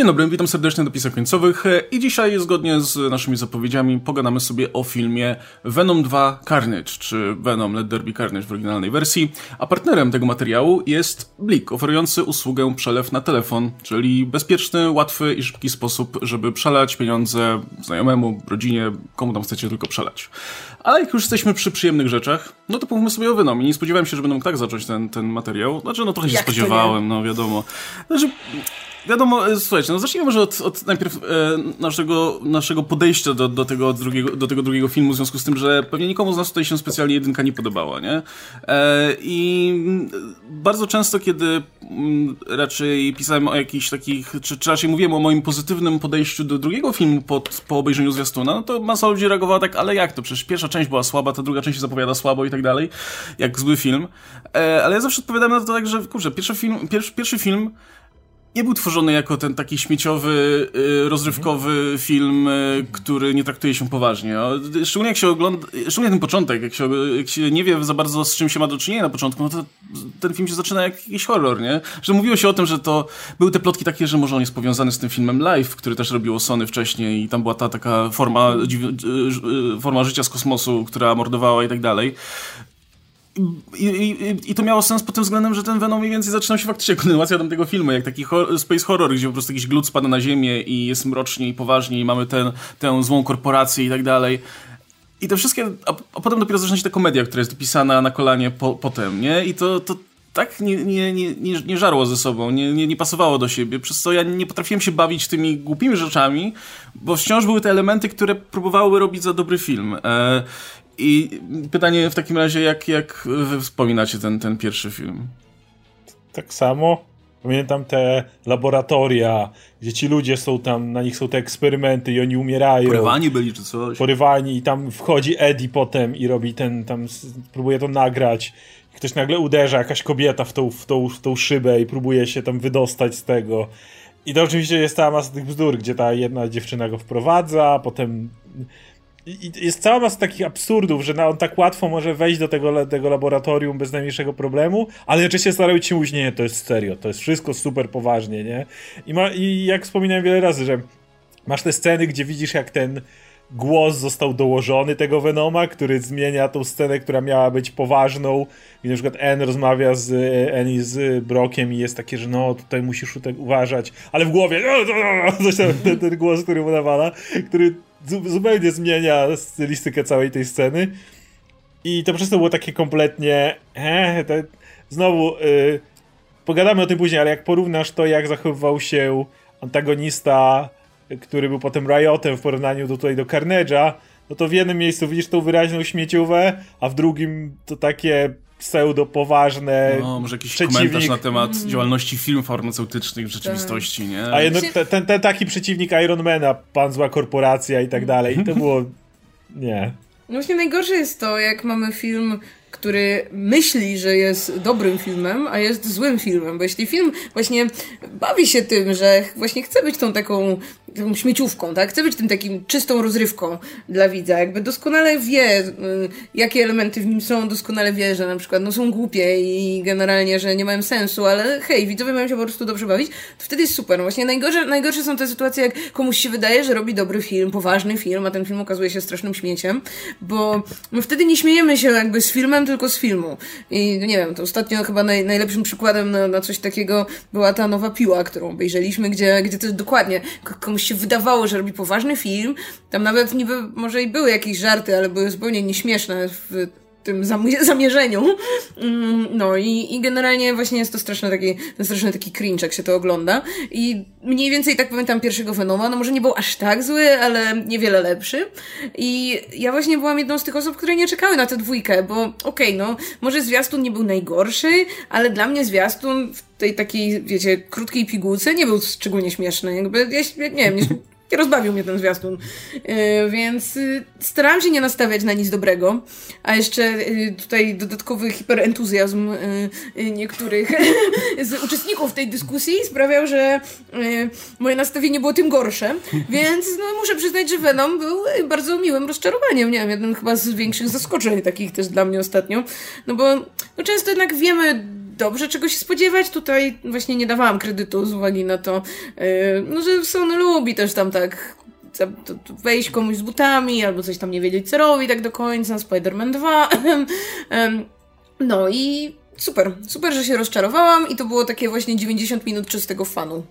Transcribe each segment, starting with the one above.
Dzień dobry, witam serdecznie do Pisach Końcowych i dzisiaj, zgodnie z naszymi zapowiedziami, pogadamy sobie o filmie Venom 2 Carnage, czy Venom Let There Be Carnage w oryginalnej wersji, a partnerem tego materiału jest Blik, oferujący usługę przelew na telefon, czyli bezpieczny, łatwy i szybki sposób, żeby przelać pieniądze znajomemu, rodzinie, komu tam chcecie tylko przelać. Ale jak już jesteśmy przy przyjemnych rzeczach, no to pomówmy sobie o Venomie. Nie spodziewałem się, że będę mógł tak zacząć ten materiał. Znaczy, no trochę się spodziewałem, no wiadomo. Znaczy, wiadomo, słuchajcie, no zacznijmy może od najpierw naszego podejścia do tego drugiego filmu, w związku z tym, że pewnie nikomu z nas tutaj się specjalnie jedynka nie podobała, nie? I bardzo często, kiedy raczej pisałem o jakichś takich, czy raczej mówiłem o moim pozytywnym podejściu do drugiego filmu po obejrzeniu zwiastuna, no to masa ludzi reagowała tak, ale jak to? Przecież pierwsza część była słaba, ta druga część się zapowiada słabo i tak dalej, jak zły film. Ale ja zawsze odpowiadam na to tak, że kurczę, pierwszy film nie był tworzony jako ten taki śmieciowy, rozrywkowy film, który nie traktuje się poważnie. Szczególnie jak się ogląda, szczególnie ten początek, jak się nie wie za bardzo, z czym się ma do czynienia na początku, no to ten film się zaczyna jak jakiś horror, nie? Że mówiło się o tym, że to były te plotki takie, że może on jest powiązany z tym filmem Life, który też robiło Sony wcześniej i tam była ta taka forma życia z kosmosu, która mordowała i tak dalej. I to miało sens pod tym względem, że ten Venom mniej więcej zaczynał się faktycznie kontynuacja tamtego filmu, jak taki space horror, gdzie po prostu jakiś glut spada na ziemię i jest mrocznie i poważnie i mamy tę złą korporację i tak dalej. I te wszystkie, a potem dopiero zaczyna się ta komedia, która jest dopisana na kolanie potem, nie? I to tak nie żarło ze sobą, nie pasowało do siebie, przez co ja nie potrafiłem się bawić tymi głupimi rzeczami, bo wciąż były te elementy, które próbowały robić za dobry film. I pytanie w takim razie, jak wy wspominacie ten pierwszy film? Tak samo. Pamiętam te laboratoria, gdzie ci ludzie są tam, na nich są te eksperymenty i oni umierają. Porywani byli czy coś. Porywani i tam wchodzi Eddie potem i robi próbuje to nagrać. Ktoś nagle uderza, jakaś kobieta w tą szybę i próbuje się tam wydostać z tego. I to oczywiście jest cała masa tych bzdur, gdzie ta jedna dziewczyna go wprowadza, potem... I jest cała masa takich absurdów, że on tak łatwo może wejść do tego laboratorium bez najmniejszego problemu, ale oczywiście starają się mówić, nie, to jest serio, to jest wszystko super poważnie, nie? I jak wspominałem wiele razy, że masz te sceny, gdzie widzisz, jak ten głos został dołożony tego Venoma, który zmienia tą scenę, która miała być poważną, i na przykład Anne rozmawia z Brockiem i jest takie, że no, tutaj musisz uważać, ale w głowie ten głos, który mu nawala, który zupełnie zmienia stylistykę całej tej sceny. I to przez to było takie kompletnie znowu pogadamy o tym później, ale jak porównasz to, jak zachowywał się antagonista, który był potem Riotem w porównaniu do Carnage'a, no to w jednym miejscu widzisz tą wyraźną śmieciówę, a w drugim to takie pseudo-poważne. No, może jakiś komentarz na temat działalności firm farmaceutycznych w rzeczywistości, nie? A ten taki przeciwnik Ironmana, pan zła korporacja i tak dalej. I to było... Nie. No właśnie najgorsze jest to, jak mamy film, który myśli, że jest dobrym filmem, a jest złym filmem, bo jeśli film właśnie bawi się tym, że właśnie chce być tą taką śmieciówką, tak? Chce być tym takim czystą rozrywką dla widza, jakby doskonale wie, jakie elementy w nim są, doskonale wie, że na przykład no, są głupie i generalnie, że nie mają sensu, ale hej, widzowie mają się po prostu dobrze bawić, to wtedy jest super. No właśnie najgorsze są te sytuacje, jak komuś się wydaje, że robi dobry film, poważny film, a ten film okazuje się strasznym śmieciem, bo my wtedy nie śmiejemy się jakby z filmem, tylko z filmu. I nie wiem, to ostatnio chyba najlepszym przykładem na coś takiego była ta Nowa Piła, którą obejrzeliśmy, gdzie to dokładnie komuś się wydawało, że robi poważny film. Tam nawet niby może i były jakieś żarty, ale były zupełnie nieśmieszne w tym zamierzeniu. No i generalnie właśnie jest to straszny taki cringe, jak się to ogląda. I mniej więcej tak pamiętam pierwszego Venoma, no może nie był aż tak zły, ale niewiele lepszy. I ja właśnie byłam jedną z tych osób, które nie czekały na tę dwójkę, bo okej, no może zwiastun nie był najgorszy, ale dla mnie zwiastun w tej takiej, wiecie, krótkiej pigułce nie był szczególnie śmieszny. Jakby, ja nie wiem, rozbawił mnie ten zwiastun. Więc starałam się nie nastawiać na nic dobrego. A jeszcze tutaj dodatkowy hiperentuzjazm niektórych z uczestników tej dyskusji sprawiał, że moje nastawienie było tym gorsze. Więc no, muszę przyznać, że Venom był bardzo miłym rozczarowaniem. Nie wiem, jednym chyba z większych zaskoczeń takich też dla mnie ostatnio. No bo no, często jednak wiemy dobrze czego się spodziewać. Tutaj właśnie nie dawałam kredytu z uwagi na to, no, że Sony lubi też tam tak wejść komuś z butami, albo coś tam nie wiedzieć co robi tak do końca, Spider-Man 2. No i super, że się rozczarowałam i to było takie właśnie 90 minut czystego fanu.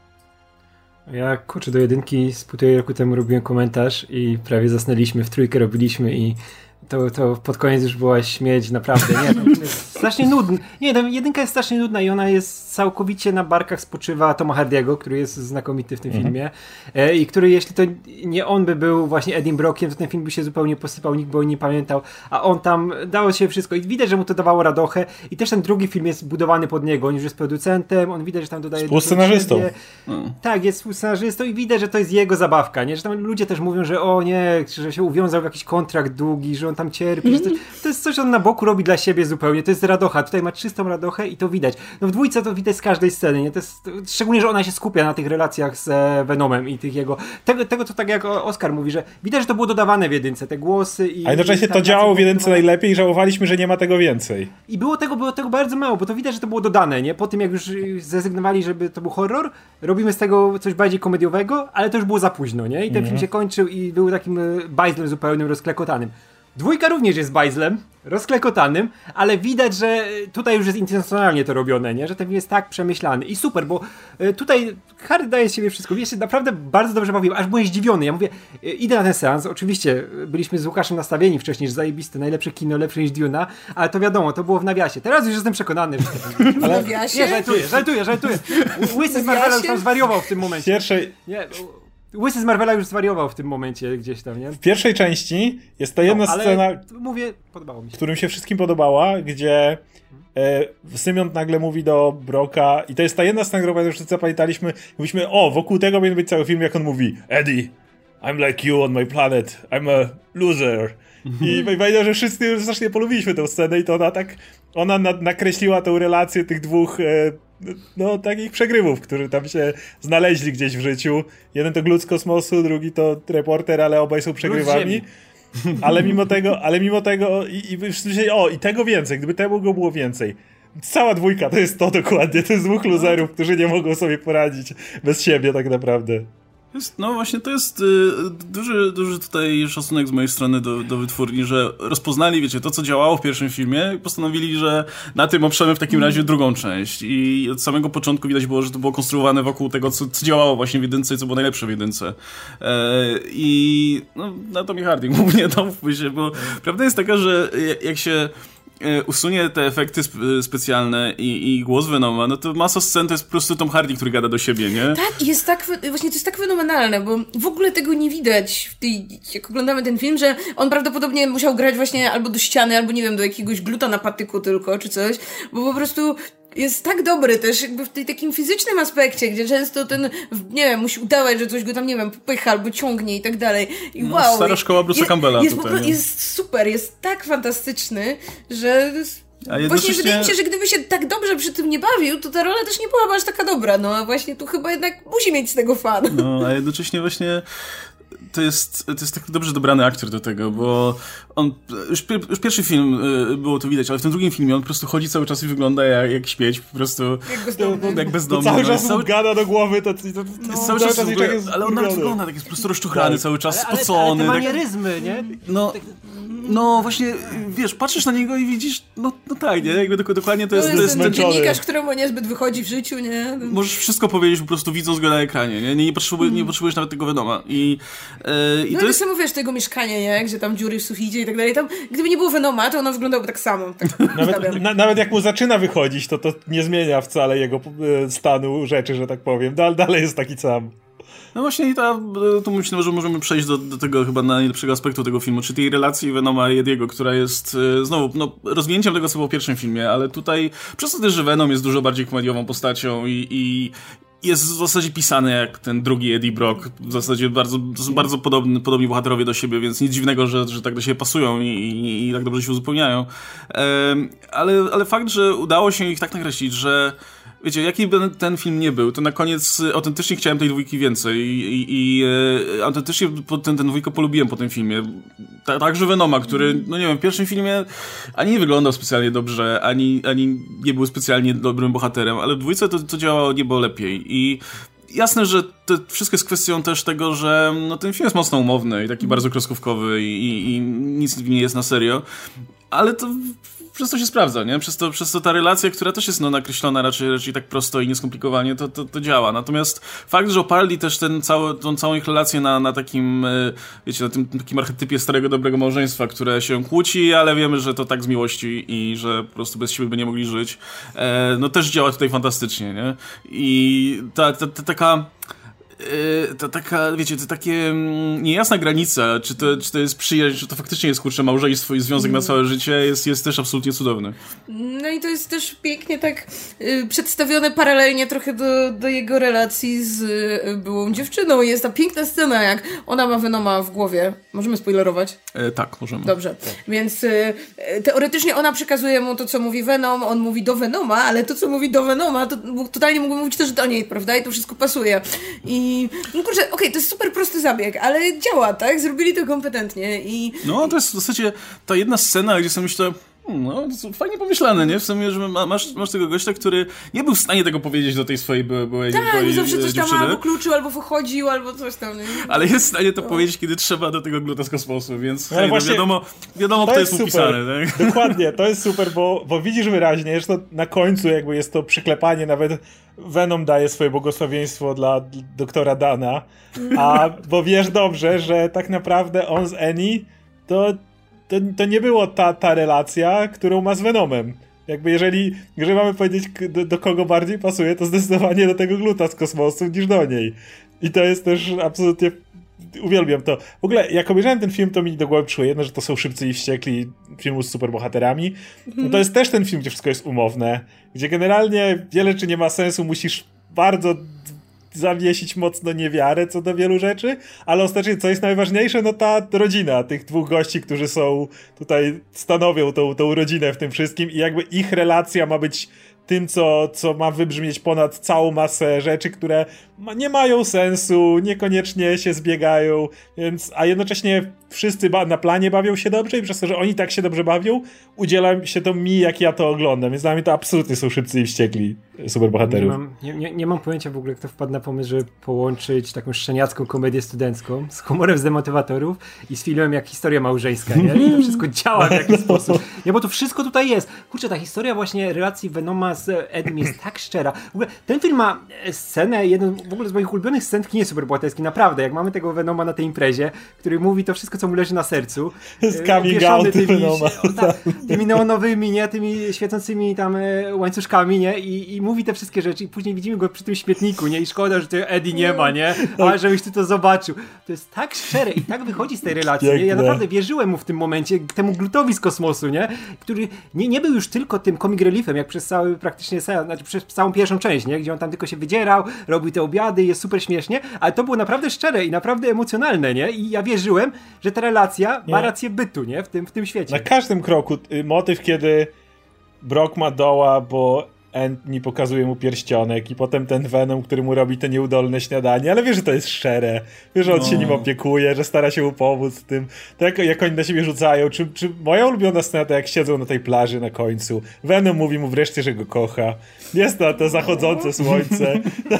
Ja kurczę, do jedynki z półtorej roku temu robiłem komentarz i prawie zasnęliśmy, w trójkę robiliśmy i to pod koniec już była śmierć, naprawdę. Nie, to jest strasznie nudna. Nie, ta jedynka jest strasznie nudna i ona jest całkowicie na barkach spoczywa Toma Hardy'ego, który jest znakomity w tym filmie i który, jeśli to nie on by był właśnie Edim Brockiem, to ten film by się zupełnie posypał, nikt by o nim nie pamiętał, a on tam dało się wszystko i widać, że mu to dawało radochę i też ten drugi film jest budowany pod niego, on już jest producentem, on widać, że tam dodaje... Współscenarzystą. Tak, jest współscenarzystą i widać, że to jest jego zabawka, nie? Że tam ludzie też mówią, że o nie, że się uwiązał w jakiś kontrakt długi, że on tam cierpi, że to jest coś, on na boku robi dla siebie zupełnie, to jest radocha, tutaj ma czystą radochę i to widać. No w dwójce to widać z każdej sceny, nie? To jest, szczególnie, że ona się skupia na tych relacjach z Venomem i tych jego, tego co tak jak Oskar mówi, że widać, że to było dodawane w jedynce, te głosy i... A jednocześnie to działało w jedynce najlepiej i żałowaliśmy, że nie ma tego więcej. I było tego bardzo mało, bo to widać, że to było dodane, nie? Po tym jak już zrezygnowali, żeby to był horror, robimy z tego coś bardziej komediowego, ale to już było za późno, nie? I ten film się kończył i był takim bajzlem zupełnym, rozklekotanym. Dwójka również jest bajzlem, rozklekotanym, ale widać, że tutaj już jest intencjonalnie to robione, nie? Że ten film jest tak przemyślany i super, bo tutaj Harry daje z siebie wszystko. Wiesz, się naprawdę bardzo dobrze bawiłem, aż byłem zdziwiony. Ja mówię, idę na ten seans, oczywiście byliśmy z Łukaszem nastawieni wcześniej, że zajebiste, najlepsze kino, lepsze niż Dune'a, ale to wiadomo, to było w nawiasie. Teraz już jestem przekonany, że to w nawiasie? Nie, żartuję. Łysy z Marvela już tam zwariował w tym momencie. Łysy z Marvela już zwariował w tym momencie gdzieś tam, nie? W pierwszej części jest ta jedna scena, mówię, podobało mi się. Którym się wszystkim podobała, gdzie Symion nagle mówi do Brocka i to jest ta jedna scena, którą już wszyscy zapamiętaliśmy. Mówiliśmy, wokół tego powinien być cały film, jak on mówi Eddie, I'm like you on my planet, I'm a loser. I pamiętam, że wszyscy już strasznie polubiliśmy tę scenę i to ona nakreśliła tą relację tych dwóch takich przegrywów, którzy tam się znaleźli gdzieś w życiu. Jeden to glut z kosmosu, drugi to reporter, ale obaj są przegrywami. Ale mimo tego i tego więcej, gdyby tego było więcej. Cała dwójka to jest to dokładnie, to jest dwóch luzerów, którzy nie mogą sobie poradzić bez siebie tak naprawdę. No właśnie, to jest duży tutaj szacunek z mojej strony do wytwórni, że rozpoznali, wiecie, to co działało w pierwszym filmie i postanowili, że na tym oprzemy w takim razie drugą część. I od samego początku widać było, że to było konstruowane wokół tego, co działało właśnie w jedynce i co było najlepsze w jedynce. I na Tomie Hardy głównie to mówmy się, bo prawda jest taka, że jak się usunie te efekty specjalne i głos Venoma, no to masa scen to jest po prostu Tom Hardy, który gada do siebie, nie? Tak, jest tak, właśnie to jest tak fenomenalne, bo w ogóle tego nie widać jak oglądamy ten film, że on prawdopodobnie musiał grać właśnie albo do ściany, albo nie wiem, do jakiegoś gluta na patyku tylko, czy coś, bo po prostu jest tak dobry też jakby w takim fizycznym aspekcie, gdzie często ten, nie wiem, musi udawać, że coś go tam, nie wiem, popycha albo ciągnie i tak dalej. I wow. Stara szkoła Bruce'a Campbella tutaj. Jest super, jest tak fantastyczny, że właśnie wydaje mi się, że gdyby się tak dobrze przy tym nie bawił, to ta rola też nie byłaby aż taka dobra, no a właśnie tu chyba jednak musi mieć z tego fan. No, a jednocześnie właśnie to jest tak dobrze dobrany aktor do tego, bo on, już pierwszy film było to widać, ale w tym drugim filmie on po prostu chodzi cały czas i wygląda jak śmieć, po prostu jak bezdomny. Cały czas mu gada do głowy, to cały czas ale on nawet wygląda tak, jest po prostu rozczuchrany cały czas, spocony. Ale te manieryzmy, nie? No właśnie, wiesz, patrzysz na niego i widzisz, no tak, nie? Jakby dokładnie to jest ten dziennikarz, któremu niezbyt wychodzi w życiu, nie? Możesz wszystko powiedzieć po prostu widząc go na ekranie, nie potrzebujesz nawet tego Venoma. I to jest... samo wiesz, tego mieszkania, nie? Gdzie tam dziury w suficie i tak dalej. Tam, gdyby nie było Venoma, to ono wyglądałoby tak samo. Tak, nawet jak mu zaczyna wychodzić, to nie zmienia wcale jego stanu rzeczy, że tak powiem. Dalej jest taki sam. No właśnie tu myślę, że możemy przejść do tego chyba najlepszego aspektu tego filmu, czyli tej relacji Venoma i Ediego, która jest znowu rozwinięciem tego, co było w pierwszym filmie, ale tutaj przez to też, że Venom jest dużo bardziej komediową postacią i jest w zasadzie pisany jak ten drugi Eddie Brock. W zasadzie to są bardzo podobni bohaterowie do siebie, więc nic dziwnego, że tak do siebie pasują i tak dobrze się uzupełniają. Ale fakt, że udało się ich tak nakreślić, że wiecie, jaki by ten film nie był, to na koniec autentycznie chciałem tej dwójki więcej i autentycznie tę dwójkę polubiłem po tym filmie. Także Venoma, który, no nie wiem, w pierwszym filmie ani nie wyglądał specjalnie dobrze, ani nie był specjalnie dobrym bohaterem, ale w dwójce to działało niebo lepiej i jasne, że to wszystko jest kwestią też tego, że no, ten film jest mocno umowny i taki bardzo kreskówkowy i nic nie jest na serio, ale to przez to się sprawdza, nie? Przez to ta relacja, która też jest nakreślona raczej tak prosto i nieskomplikowanie, to działa. Natomiast fakt, że oparli też tą całą ich relację na takim, wiecie, na tym takim archetypie starego, dobrego małżeństwa, które się kłóci, ale wiemy, że to tak z miłości i że po prostu bez siebie by nie mogli żyć, no też działa tutaj fantastycznie, nie? I taka, wiecie, to takie niejasna granica, czy to jest przyjaźń, czy to faktycznie jest, kurczę, małżeństwo i związek na całe życie, jest też absolutnie cudowny. No i to jest też pięknie tak przedstawione paralelnie trochę do jego relacji z byłą dziewczyną. Jest ta piękna scena, jak ona ma Venoma w głowie. Możemy spoilerować? Tak, możemy. Dobrze. Więc teoretycznie ona przekazuje mu to, co mówi Venom, on mówi do Venoma, ale to, co mówi do Venoma, to totalnie mógłby mówić też do niej, prawda? I to wszystko pasuje. I no kurczę, okej, to jest super prosty zabieg, ale działa, tak? Zrobili to kompetentnie i... No, to jest w zasadzie ta jedna scena, gdzie sobie myślę, no, to fajnie pomyślane, nie? W sumie, że masz tego gościa, który nie był w stanie tego powiedzieć do tej swojej byłej zawsze coś dziewczyny. tam albo kluczył, albo wychodził, albo coś tam. Nie? Ale jest w stanie to powiedzieć, kiedy trzeba do tego gluta z kosmosu, więc ale właśnie, wiadomo kto jest upisany. Tak? Dokładnie, to jest super, bo widzisz wyraźnie, że to na końcu jakby jest to przyklepanie, nawet Venom daje swoje błogosławieństwo dla doktora Dana, bo wiesz dobrze, że tak naprawdę on z Annie to nie było ta relacja, którą ma z Venomem. Jakby jeżeli mamy powiedzieć, do kogo bardziej pasuje, to zdecydowanie do tego gluta z kosmosu niż do niej. I to jest też absolutnie... Uwielbiam to. W ogóle, jak obejrzałem ten film, to mi do głowy przyszło jedno, że to są Szybcy i Wściekli, filmu z superbohaterami. No to jest też ten film, gdzie wszystko jest umowne, gdzie generalnie wiele czy nie ma sensu, musisz bardzo zawiesić mocno niewiarę co do wielu rzeczy, ale ostatecznie co jest najważniejsze, no ta rodzina tych dwóch gości, którzy są tutaj, stanowią tą rodzinę w tym wszystkim i jakby ich relacja ma być tym, co ma wybrzmieć ponad całą masę rzeczy, które nie mają sensu, niekoniecznie się zbiegają, a jednocześnie wszyscy na planie bawią się dobrze i przez to, że oni tak się dobrze bawią, udziela się to mi, jak ja to oglądam. Więc dla mnie to absolutnie są Szybcy i Wściekli superbohaterów. Nie mam pojęcia w ogóle, kto wpadł na pomysł, żeby połączyć taką szczeniacką komedię studencką z humorem z Demotywatorów i z filmem jak Historia małżeńska, nie? I to wszystko działa w jakiś sposób. Nie, bo to wszystko tutaj jest. Kurczę, ta historia właśnie relacji Venoma z Edim jest tak szczera. W ogóle ten film ma scenę, jedną w ogóle z moich ulubionych scen w kinie superbohaterskiej, naprawdę. Jak mamy tego Venoma na tej imprezie, który mówi to wszystko, co mu leży na sercu. Z coming out Venoma. Tymi neonowymi, nie? Tymi świecącymi tam łańcuszkami, nie? I mówi te wszystkie rzeczy i później widzimy go przy tym śmietniku, nie? I szkoda, że tego Eddie nie ma, nie? A żebyś ty to zobaczył. To jest tak szczere i tak wychodzi z tej relacji, nie? Ja naprawdę wierzyłem mu w tym momencie, temu glutowi z kosmosu, nie? Który nie był już tylko tym comic reliefem, jak przez cały praktycznie przez całą pierwszą część, nie? Gdzie on tam tylko się wydzierał, robił te obiady, jest super śmiesznie, ale to było naprawdę szczere i naprawdę emocjonalne, nie? I ja wierzyłem, że ta relacja ma rację bytu, nie? W tym świecie. Na każdym kroku motyw, kiedy Brock ma doła, bo Anthony pokazuje mu pierścionek i potem ten Venom, który mu robi te nieudolne śniadanie, ale wiesz, że to jest szczere. Wiesz, że on się nim opiekuje, że stara się mu pomóc w tym. To jak oni na siebie rzucają. Czy moja ulubiona scena to jak siedzą na tej plaży na końcu. Venom mówi mu wreszcie, że go kocha. Jest to zachodzące słońce.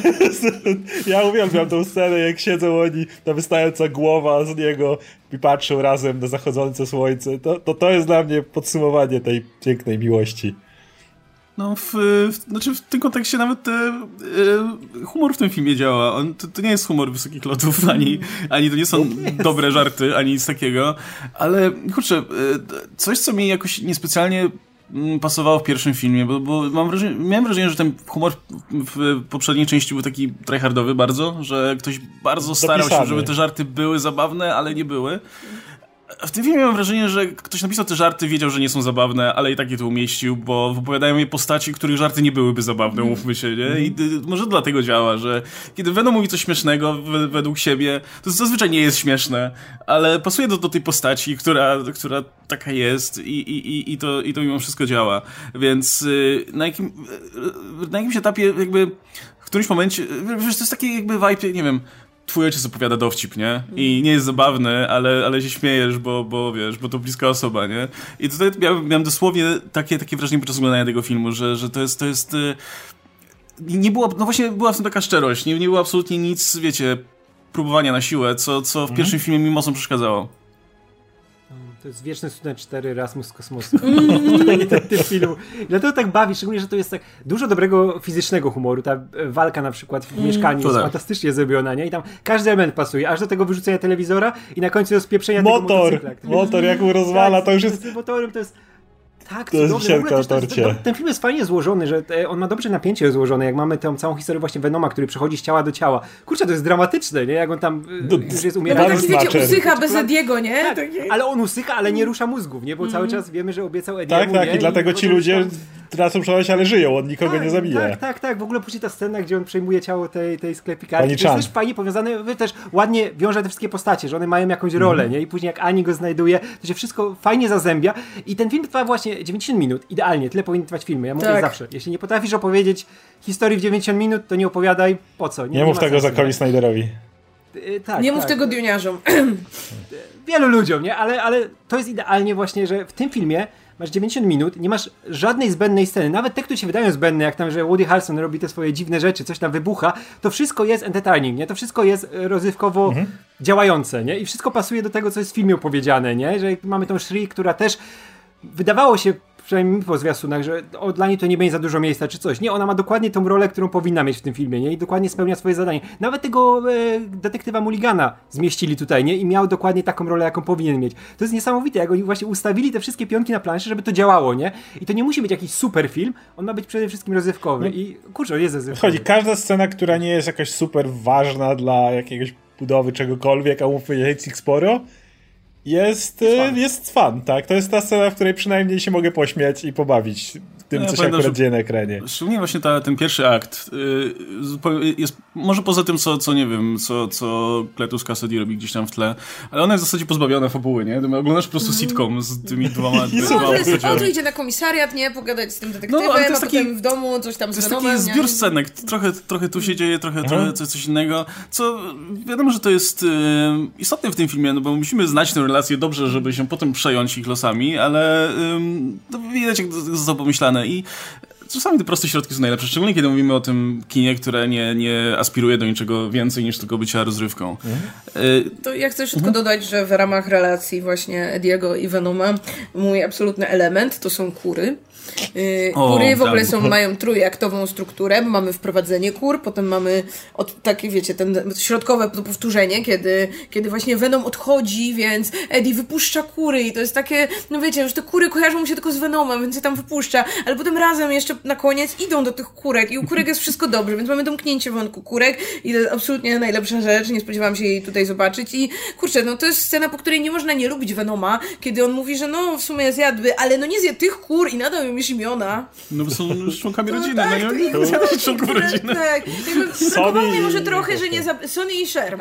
Ja uwielbiam tą scenę, jak siedzą oni, ta wystająca głowa z niego i patrzą razem na zachodzące słońce. To jest dla mnie podsumowanie tej pięknej miłości. No, znaczy w tym kontekście nawet humor w tym filmie działa. To nie jest humor wysokich lotów, ani to nie są dobre żarty, ani nic takiego. Ale kurczę, coś, co mi jakoś niespecjalnie pasowało w pierwszym filmie, bo miałem wrażenie, że ten humor w poprzedniej części był taki tryhardowy bardzo, że ktoś bardzo starał się, żeby te żarty były zabawne, ale nie były. w tym filmie mam wrażenie, że ktoś napisał te żarty, wiedział, że nie są zabawne, ale i tak je tu umieścił, bo wypowiadają je postaci, których żarty nie byłyby zabawne, mówmy się, nie? I może dlatego działa, że kiedy Venom mówi coś śmiesznego według siebie, to zazwyczaj nie jest śmieszne, ale pasuje do tej postaci, która taka jest i to mimo wszystko działa. Więc na jakimś etapie jakby w którymś momencie, wiesz, to jest taki jakby vibe, nie wiem, twój ojciec opowiada dowcip, nie? I nie jest zabawny, ale się śmiejesz, bo wiesz, bo to bliska osoba, nie? I tutaj miałem dosłownie takie wrażenie podczas oglądania tego filmu, że to jest nie było, no właśnie była w tym taka szczerość, nie było absolutnie nic, wiecie, próbowania na siłę, co w pierwszym filmie mi mocno przeszkadzało. To jest Wieczny Student 4 Rasmus z kosmosu. ten film. Dlatego tak bawi, szczególnie, że to jest tak dużo dobrego fizycznego humoru. Ta walka na przykład w mieszkaniu jest fantastycznie zrobiona, nie? I tam każdy element pasuje, aż do tego wyrzucenia telewizora i na końcu rozpieprzenia tego motocykla. Motor, jak mu rozwala, to już jest... Z tym motorem to jest... Tak, to jest wisienka na torcie. Ten film jest fajnie złożony, że on ma dobrze napięcie rozłożone, jak mamy tę całą historię właśnie Venoma, który przechodzi z ciała do ciała. Kurczę, to jest dramatyczne, nie? Jak on tam już jest umierany. No taki, wiecie, usycha bez Ediego, nie? Tak, ale on usycha, ale nie rusza mózgów, nie? Bo cały czas wiemy, że obiecał Ediemu, Tak, i dlatego ci ludzie tracą przełamać, ale żyją, on nikogo nie zabija. Tak. W ogóle później ta scena, gdzie on przejmuje ciało tej sklepikarki, to jest też fajnie powiązane, też ładnie wiąże te wszystkie postacie, że one mają jakąś rolę, nie? I później jak Ani go znajduje, to się wszystko fajnie zazębia i ten film trwa właśnie 90 minut. Idealnie, tyle powinny trwać filmy. Ja mówię zawsze, jeśli nie potrafisz opowiedzieć historii w 90 minut, to nie opowiadaj, po co? Nie mów tego Zackowi Snyderowi. Nie mów tego Duniarzom. Wielu ludziom, nie? Ale to jest idealnie właśnie, że w tym filmie masz 90 minut, nie masz żadnej zbędnej sceny. Nawet te, które się wydają zbędne, jak tam, że Woody Harrelson robi te swoje dziwne rzeczy, coś tam wybucha, to wszystko jest entertaining, nie? To wszystko jest rozrywkowo działające, nie? I wszystko pasuje do tego, co jest w filmie opowiedziane, nie? Że mamy tą Shri, która też wydawało się, przynajmniej mi po zwiastunach, że dla niej to nie będzie za dużo miejsca czy coś. Nie, ona ma dokładnie tą rolę, którą powinna mieć w tym filmie, nie? I dokładnie spełnia swoje zadanie. Nawet tego detektywa Mulligana zmieścili tutaj, nie? I miał dokładnie taką rolę, jaką powinien mieć. To jest niesamowite, jak oni właśnie ustawili te wszystkie pionki na planszy, żeby to działało, nie? I to nie musi być jakiś super film, on ma być przede wszystkim rozrywkowy. I kurczę, on jest rozrywkowy. Chodzi, każda scena, która nie jest jakaś super ważna dla jakiegoś budowy czegokolwiek, a mówmy sporo, jest fan, tak? To jest ta scena, w której przynajmniej się mogę pośmiać i pobawić tym, co się akurat dzieje na ekranie. Szczególnie właśnie ten pierwszy akt jest, może poza tym, co nie wiem, co Cletus Cassidy robi gdzieś tam w tle, ale ona jest w zasadzie pozbawiona fabuły, nie? Oglądasz po prostu sitcom z tymi dwoma on tu idzie na komisariat, nie? Pogadać z tym detektywem, ale to jest potem w domu coś tam z Venomem. To jest taki zbiór scenek. Trochę tu się dzieje, trochę coś innego, co wiadomo, że to jest istotne w tym filmie, no bo musimy znać tę relację dobrze, żeby się potem przejąć ich losami, ale to widać, jak to zostało pomyślane i czasami te proste środki są najlepsze, szczególnie kiedy mówimy o tym kinie, które nie aspiruje do niczego więcej niż tylko bycia rozrywką. To ja chcę tylko dodać, że w ramach relacji właśnie Ediego i Venoma mój absolutny element to są kury. Kury w ogóle mają trójaktową strukturę, bo mamy wprowadzenie kur, potem mamy takie, wiecie, ten środkowe powtórzenie, kiedy właśnie Venom odchodzi, więc Eddie wypuszcza kury i to jest takie, no wiecie, już te kury kojarzą mu się tylko z Venomem, więc je tam wypuszcza, ale potem razem jeszcze na koniec idą do tych kurek i u kurek jest wszystko dobrze, więc mamy domknięcie wątku kurek i to jest absolutnie najlepsza rzecz, nie spodziewałam się jej tutaj zobaczyć i kurczę, no to jest scena, po której nie można nie lubić Venoma, kiedy on mówi, że no w sumie zjadłby, ale no nie zje tych kur i nadał im już imiona. No bo są członkami rodziny, no nie zjadasz członków rodziny. Tak, brakowało mi może trochę, że nie Sonny i Cher.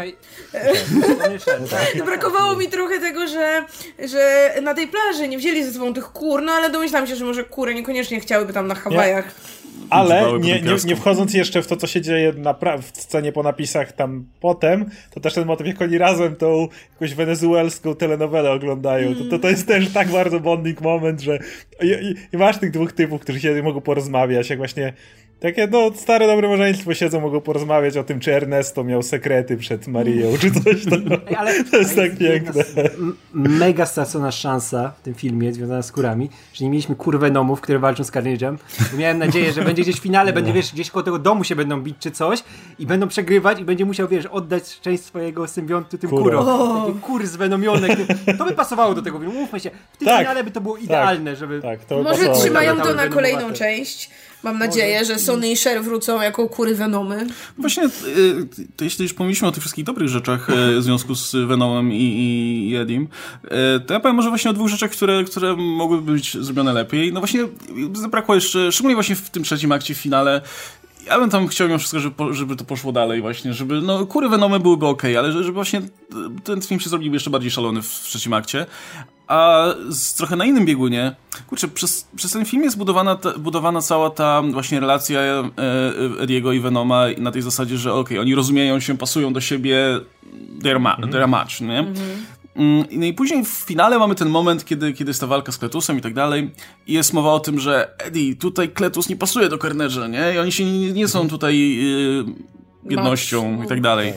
Brakowało mi trochę tego, że na tej plaży nie wzięli ze sobą tych kur, no ale domyślam się, że może kury niekoniecznie chciałyby tam na Hawajach. Ale nie wchodząc jeszcze w to, co się dzieje w scenie po napisach tam potem, to też ten motyw, jak oni razem tą jakąś wenezuelską telenowelę oglądają, to jest też tak bardzo bonding moment, że i masz tych dwóch typów, którzy się mogą porozmawiać, jak właśnie takie, no, stare, dobre małżeństwo siedzą, mogą porozmawiać o tym, czy Ernesto miał sekrety przed Marią, czy coś tam. To jest tak piękne. Mega stracona szansa w tym filmie związana z kurami, że nie mieliśmy kur Venomów, które walczą z Carnage'em, bo miałem nadzieję, że będzie gdzieś w finale, będzie, wiesz, gdzieś koło tego domu się będą bić czy coś i będą przegrywać i będzie musiał, wiesz, oddać część swojego symbiontu tym kurom. Takie kury zvenomione. To by pasowało do tego filmu, mówmy się. W tym finale by to było idealne, żeby... Może trzymają to na kolejną część. Mam nadzieję, że Sony i Cher wrócą jako kury Venomy. Właśnie, to jeśli już pomyślimy o tych wszystkich dobrych rzeczach w związku z Venomem i Edim, to ja powiem może właśnie o dwóch rzeczach, które mogłyby być zrobione lepiej. No właśnie, zabrakło jeszcze, szczególnie właśnie w tym trzecim akcie, w finale, ja bym tam chciał mimo wszystko, żeby to poszło dalej właśnie, żeby, no kury Venomy byłyby okej, ale żeby właśnie ten film się zrobił jeszcze bardziej szalony w trzecim akcie. A trochę na innym biegunie, kurczę, przez ten film jest budowana cała ta właśnie relacja Ediego i Venoma na tej zasadzie, że oni rozumieją się, pasują do siebie, they're a match, nie? No i później w finale mamy ten moment, kiedy jest ta walka z Kletusem i tak dalej i jest mowa o tym, że Eddie, tutaj Kletus nie pasuje do Carnage'a, nie? I oni się nie są tutaj jednością i tak dalej.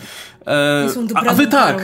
A wy tak,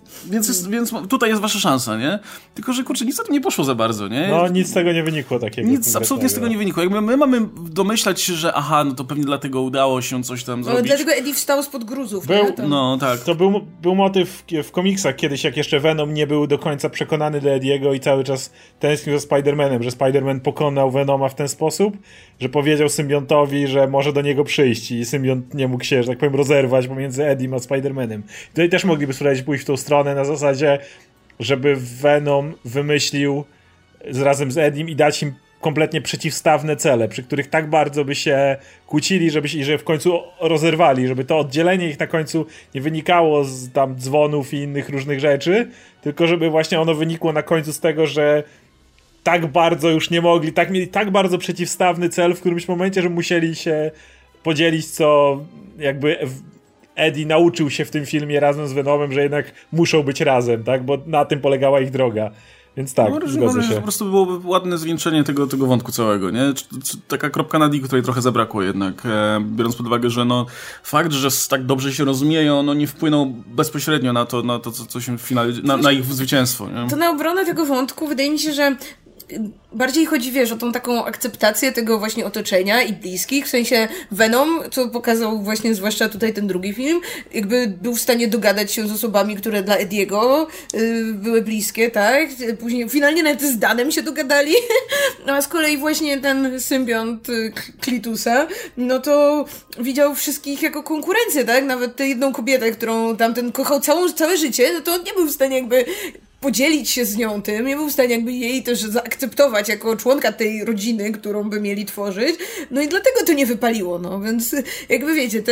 więc tutaj jest wasza szansa, nie? Tylko, że kurczę, nic na tym nie poszło za bardzo, nie? No, nic z tego nie wynikło takiego. Nic absolutnie z tego nie wynikło. Jakby my mamy domyślać się, że no to pewnie dlatego udało się coś tam zrobić. Dlatego Eddie wstał spod gruzów, No, tak. To był motyw w komiksach kiedyś, jak jeszcze Venom nie był do końca przekonany do Ediego i cały czas tęsknił za Spider-Manem, że Spider-Man pokonał Venoma w ten sposób, że powiedział symbiontowi, że może do niego przyjść i symbiont nie mógł się, że tak powiem, rozerwać pomiędzy Edim a Spider-Manem. Tutaj też mogliby spróbować pójść w tą stronę na zasadzie, żeby Venom wymyślił razem z Edim i dać im kompletnie przeciwstawne cele, przy których tak bardzo by się kłócili, że w końcu rozerwali, żeby to oddzielenie ich na końcu nie wynikało z tam dzwonów i innych różnych rzeczy, tylko żeby właśnie ono wynikło na końcu z tego, że tak bardzo już nie mogli, mieli tak bardzo przeciwstawny cel w którymś momencie, że musieli się podzielić, co jakby Eddie nauczył się w tym filmie razem z Venomem, że jednak muszą być razem, tak? Bo na tym polegała ich droga. Więc tak, zgodzę się. Po prostu byłoby ładne zwieńczenie tego wątku całego, nie? Taka kropka na D, której trochę zabrakło jednak, biorąc pod uwagę, że fakt, że tak dobrze się rozumieją, nie wpłynął bezpośrednio na to co się w finale, na ich zwycięstwo, nie? To na obronę tego wątku wydaje mi się, że bardziej chodzi, wiesz, o tą taką akceptację tego właśnie otoczenia i bliskich, w sensie Venom, co pokazał właśnie zwłaszcza tutaj ten drugi film, jakby był w stanie dogadać się z osobami, które dla Ediego były bliskie, tak? Później finalnie nawet z Danem się dogadali, a z kolei właśnie ten symbiont Kletusa, no to widział wszystkich jako konkurencję, tak? Nawet tę jedną kobietę, którą tamten kochał całe życie, no to on nie był w stanie jakby podzielić się z nią tym, nie był w stanie jakby jej też zaakceptować jako członka tej rodziny, którą by mieli tworzyć, no i dlatego to nie wypaliło, no, więc jakby wiecie,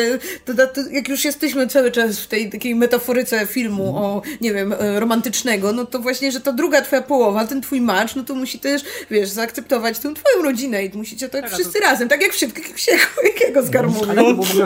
jak już jesteśmy cały czas w tej takiej metaforyce filmu o, nie wiem, romantycznego, no to właśnie, że ta druga twoja połowa, ten twój match, no to musi też, wiesz, zaakceptować tę twoją rodzinę i musicie tak wszyscy razem, tak jak jakiego zgarmuny. Ale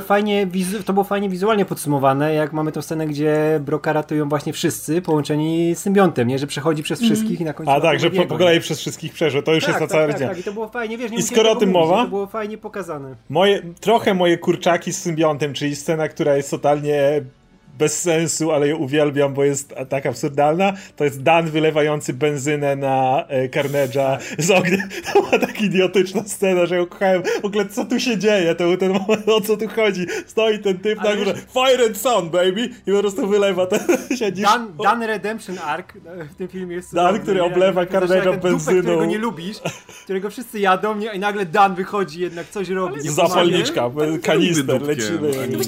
to było fajnie wizualnie podsumowane, jak mamy tę scenę, gdzie Broka ratują właśnie wszyscy połączeni z symbiontem, nie? Że przechodzi przez wszystkich i na końcu... A tak, że po kolei przez wszystkich przeszło. To już jest ta cała rodzina. Tak, i to było fajnie, wiesz, nie i skoro o tym mowa, to było fajnie pokazane. Trochę moje kurczaki z symbiontem, czyli scena, która jest totalnie bez sensu, ale ją uwielbiam, bo jest tak absurdalna, to jest Dan wylewający benzynę na Carnage'a z ognia. To była tak idiotyczna scena, że ją kochałem. W ogóle co tu się dzieje? To był ten moment, o co tu chodzi. Stoi ten typ na górze, Fire and Sun, baby! I po prostu wylewa ten... Dan Redemption Arc w tym filmie jest Dan, który oblewa Carnage'a benzyną. Którego nie lubisz, którego wszyscy jadą, nie? I nagle Dan wychodzi, jednak coś robi. Zapalniczka, kanister, lecimy.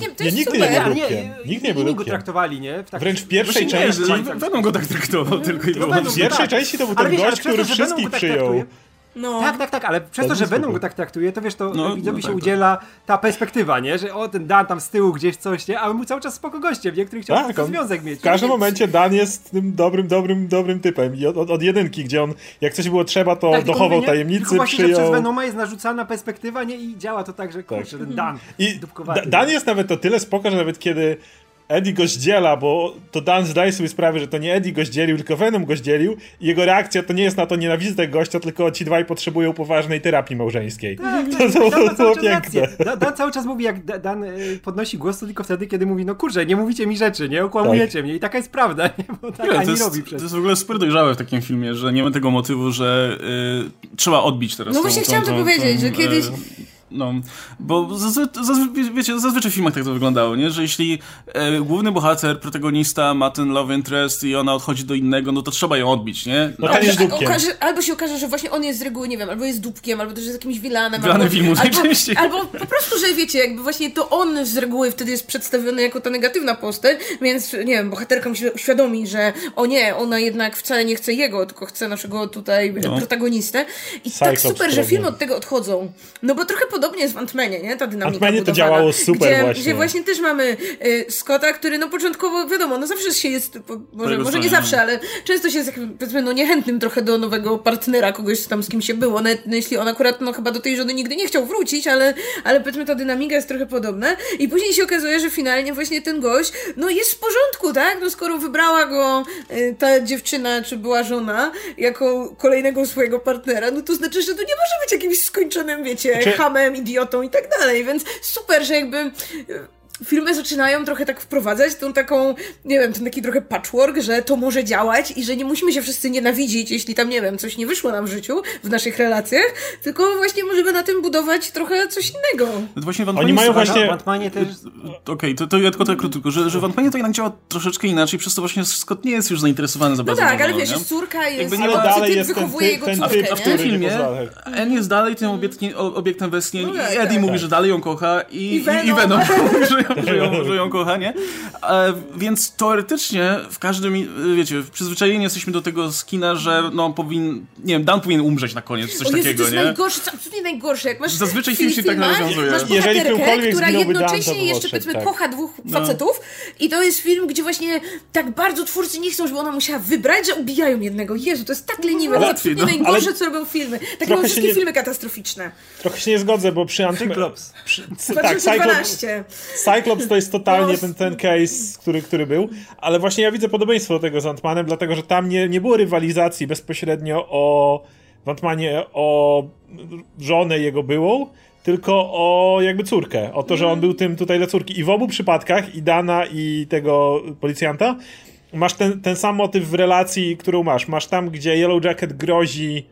Nikt nie był go traktowali, nie? Wręcz w pierwszej części... Venom go tak traktował tylko i wyłącznie. W pierwszej części to był ten gość, który wszystkich przyjął. No. Tak, ale przez to, że Venom go tak traktuje, to wiesz, to widzowi się udziela ta perspektywa, nie? Że ten Dan tam z tyłu gdzieś coś, nie? A on był cały czas spoko gościem, nie? Który chciał tylko związek mieć. W każdym momencie Dan jest tym dobrym typem. I od jedynki, gdzie on, jak coś było trzeba, to dochował tajemnicy, właśnie, przyjął... Że przez Venoma jest narzucana perspektywa, nie? I działa to tak, że kurczę, ten Dan dupkowaty. Dan jest nawet o tyle spoko, że nawet kiedy Eddie go zdziela, bo to Dan zdaje sobie sprawę, że to nie Eddie go zdzielił, tylko Venom go zdzielił i jego reakcja to nie jest na to nienawidzę tego gościa, tylko ci dwaj potrzebują poważnej terapii małżeńskiej. To było piękne. Dan cały czas mówi, jak Dan podnosi głos, to tylko wtedy, kiedy mówi, no kurczę, nie mówicie mi rzeczy, nie? Okłamujecie mnie i taka jest prawda, nie? Bo tak Ani robi przez... To jest w ogóle super dojrzałe w takim filmie, że nie ma tego motywu, że trzeba odbić teraz. No właśnie chciałam to powiedzieć, że kiedyś... No, bo zazwyczaj w filmach tak to wyglądało, nie? Że jeśli główny bohater, protagonista ma ten love interest i ona odchodzi do innego, no to trzeba ją odbić, nie? No ten jest dupkiem. Albo się okaże, że właśnie on jest z reguły, nie wiem, albo jest dupkiem, albo też jest jakimś vilanem. Vilanem filmu najczęściej. Albo po prostu, że wiecie, jakby właśnie to on z reguły wtedy jest przedstawiony jako ta negatywna postać, więc, nie wiem, bohaterka musi uświadomić, że o nie, ona jednak wcale nie chce jego, tylko chce naszego tutaj protagonistę. I tak super, że filmy od tego odchodzą. No bo trochę podobnie jest w Ant-Manie, nie? Ta dynamika Ant-Manie to budowana, działało super właśnie. Gdzie właśnie też mamy Scotta, który no początkowo, wiadomo, no zawsze się jest, może nie zawsze, ale często się jest jakimś, powiedzmy, no niechętnym trochę do nowego partnera, kogoś tam z kim się było, nawet jeśli on akurat, no chyba do tej żony nigdy nie chciał wrócić, ale powiedzmy ta dynamika jest trochę podobna i później się okazuje, że finalnie właśnie ten gość, no jest w porządku, tak? No skoro wybrała go ta dziewczyna, czy była żona, jako kolejnego swojego partnera, no to znaczy, że to nie może być jakimś skończonym, wiecie, hamem, idiotą i tak dalej, więc super, że jakby filmy zaczynają trochę tak wprowadzać tą taką, nie wiem, ten taki trochę patchwork, że to może działać i że nie musimy się wszyscy nienawidzić, jeśli tam, nie wiem, coś nie wyszło nam w życiu, w naszych relacjach, tylko właśnie możemy na tym budować trochę coś innego. Właśnie Oni mają właśnie... W Ant-Manie też... Okej, to ja tylko tak krótko, że w Ant-Manie to jednak działa troszeczkę inaczej, przez to właśnie Scott nie jest już zainteresowany za bardzo. No tak, ale wiesz, córka jest... Jakby ale dalej jest wychowuje jego córkę, a w tym filmie N jest dalej tym obiektem westchnień i Eddie mówi, że dalej ją kocha i Venom mówi, że ją kocha, nie? Więc teoretycznie w każdym, wiecie, przyzwyczajeni jesteśmy do tego z kina, że no nie wiem, Dan powinien umrzeć na koniec, coś takiego, to jest nie? najgorsze, to absolutnie najgorsze. Jak masz zazwyczaj film się tak rozwiązuje. Masz bohaterkę, która jednocześnie jeszcze, powiedzmy, kocha dwóch facetów i to jest film, gdzie właśnie tak bardzo twórcy nie chcą, żeby ona musiała wybrać, że ubijają jednego. Jezu, to jest tak leniwe, to jest absolutnie najgorsze, co robią filmy. Tak robią wszystkie filmy katastroficzne. Trochę się nie zgodzę, bo przy Cyclops. Tak, Cyclops to jest totalnie ten case, który był, ale właśnie ja widzę podobieństwo do tego z Ant-Manem, dlatego, że tam nie było rywalizacji bezpośrednio w Ant-Manie o żonę jego byłą, tylko o jakby córkę, o to, że on był tym tutaj dla córki i w obu przypadkach, i Dana, i tego policjanta, masz ten sam motyw w relacji, którą masz tam, gdzie Yellow Jacket grozi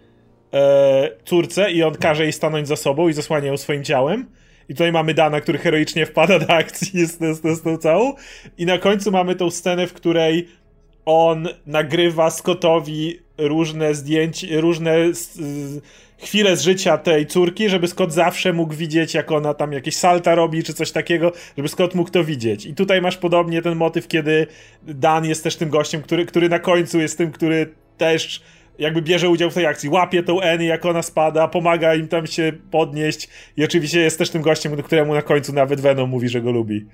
córce i on każe jej stanąć za sobą i zasłania ją swoim ciałem. I tutaj mamy Dana, który heroicznie wpada do akcji z tą całą. I na końcu mamy tą scenę, w której on nagrywa Scottowi różne zdjęcia, różne chwile z życia tej córki, żeby Scott zawsze mógł widzieć, jak ona tam jakieś salta robi, czy coś takiego, żeby Scott mógł to widzieć. I tutaj masz podobnie ten motyw, kiedy Dan jest też tym gościem, który na końcu jest tym, który też jakby bierze udział w tej akcji, łapie tą Annie, jak ona spada, pomaga im tam się podnieść i oczywiście jest też tym gościem, któremu na końcu nawet Venom mówi, że go lubi.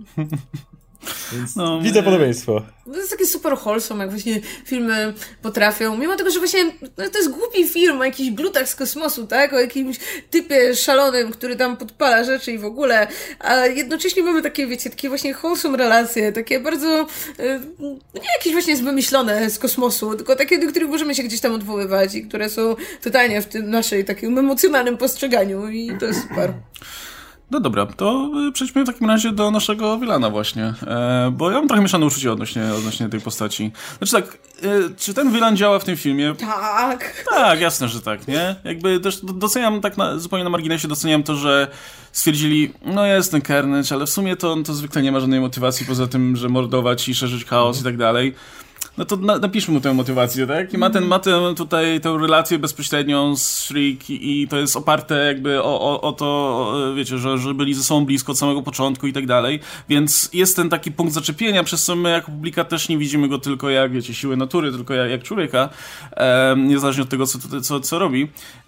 Więc widzę podobieństwo. To jest takie super wholesome, jak właśnie filmy potrafią, mimo tego, że właśnie to jest głupi film o jakichś glutach z kosmosu, tak? O jakimś typie szalonym, który tam podpala rzeczy i w ogóle, a jednocześnie mamy takie, wiecie, takie właśnie wholesome relacje, takie bardzo nie jakieś właśnie wymyślone z kosmosu, tylko takie, do których możemy się gdzieś tam odwoływać i które są totalnie w tym naszej takim emocjonalnym postrzeganiu i to jest super. No dobra, to przejdźmy w takim razie do naszego Wilana właśnie, bo ja mam trochę mieszane uczucie odnośnie tej postaci. Znaczy tak, czy ten Wilan działa w tym filmie? Tak. Tak, jasne, że tak, nie? Jakby też doceniam, tak zupełnie na marginesie doceniam to, że stwierdzili, no jest ten Carnage, ale w sumie to zwykle nie ma żadnej motywacji poza tym, że mordować i szerzyć chaos i tak dalej. No to napiszmy mu tę motywację, tak? I ma tutaj tę relację bezpośrednią z Shriek i to jest oparte jakby o to, wiecie, że byli ze sobą blisko od samego początku i tak dalej, więc jest ten taki punkt zaczepienia, przez co my jako publika też nie widzimy go tylko jak, wiecie, siły natury, tylko jak człowieka, niezależnie od tego, co robi,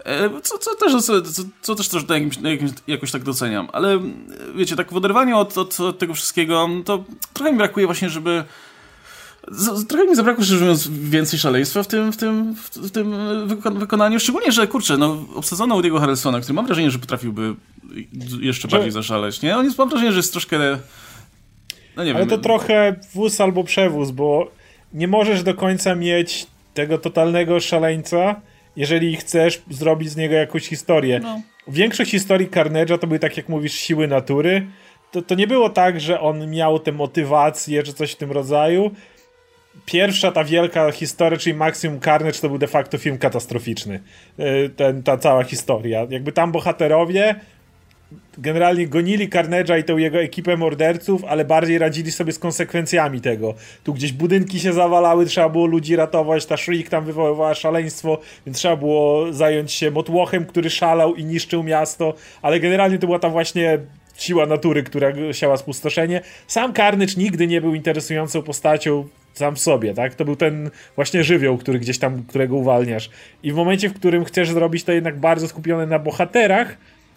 co też jakoś tak doceniam, ale wiecie, tak w oderwaniu od tego wszystkiego, to trochę mi brakuje właśnie, trochę mi zabrakło, szczerze mówiąc, więcej szaleństwa w tym wykonaniu, szczególnie, że kurczę, no obsadzono Woody'ego Harrelsona, który mam wrażenie, że potrafiłby jeszcze bardziej zaszaleć, nie? Mam wrażenie, że jest troszkę, no nie wiem. Ale to trochę wóz albo przewóz, bo nie możesz do końca mieć tego totalnego szaleńca, jeżeli chcesz zrobić z niego jakąś historię. No. Większość historii Carnage'a to były, tak jak mówisz, siły natury. To nie było tak, że on miał tę motywację, czy coś w tym rodzaju. Pierwsza ta wielka historia, czyli Maximum Carnage, to był de facto film katastroficzny. Ta cała historia. Jakby tam bohaterowie generalnie gonili Carnage'a i tą jego ekipę morderców, ale bardziej radzili sobie z konsekwencjami tego. Tu gdzieś budynki się zawalały, trzeba było ludzi ratować, ta Shriek tam wywoływała szaleństwo, więc trzeba było zająć się motłochem, który szalał i niszczył miasto, ale generalnie to była ta właśnie siła natury, która siała spustoszenie. Sam Carnage nigdy nie był interesującą postacią sam w sobie, tak? To był ten właśnie żywioł, który gdzieś tam, którego uwalniasz. I w momencie, w którym chcesz zrobić to jednak bardzo skupione na bohaterach,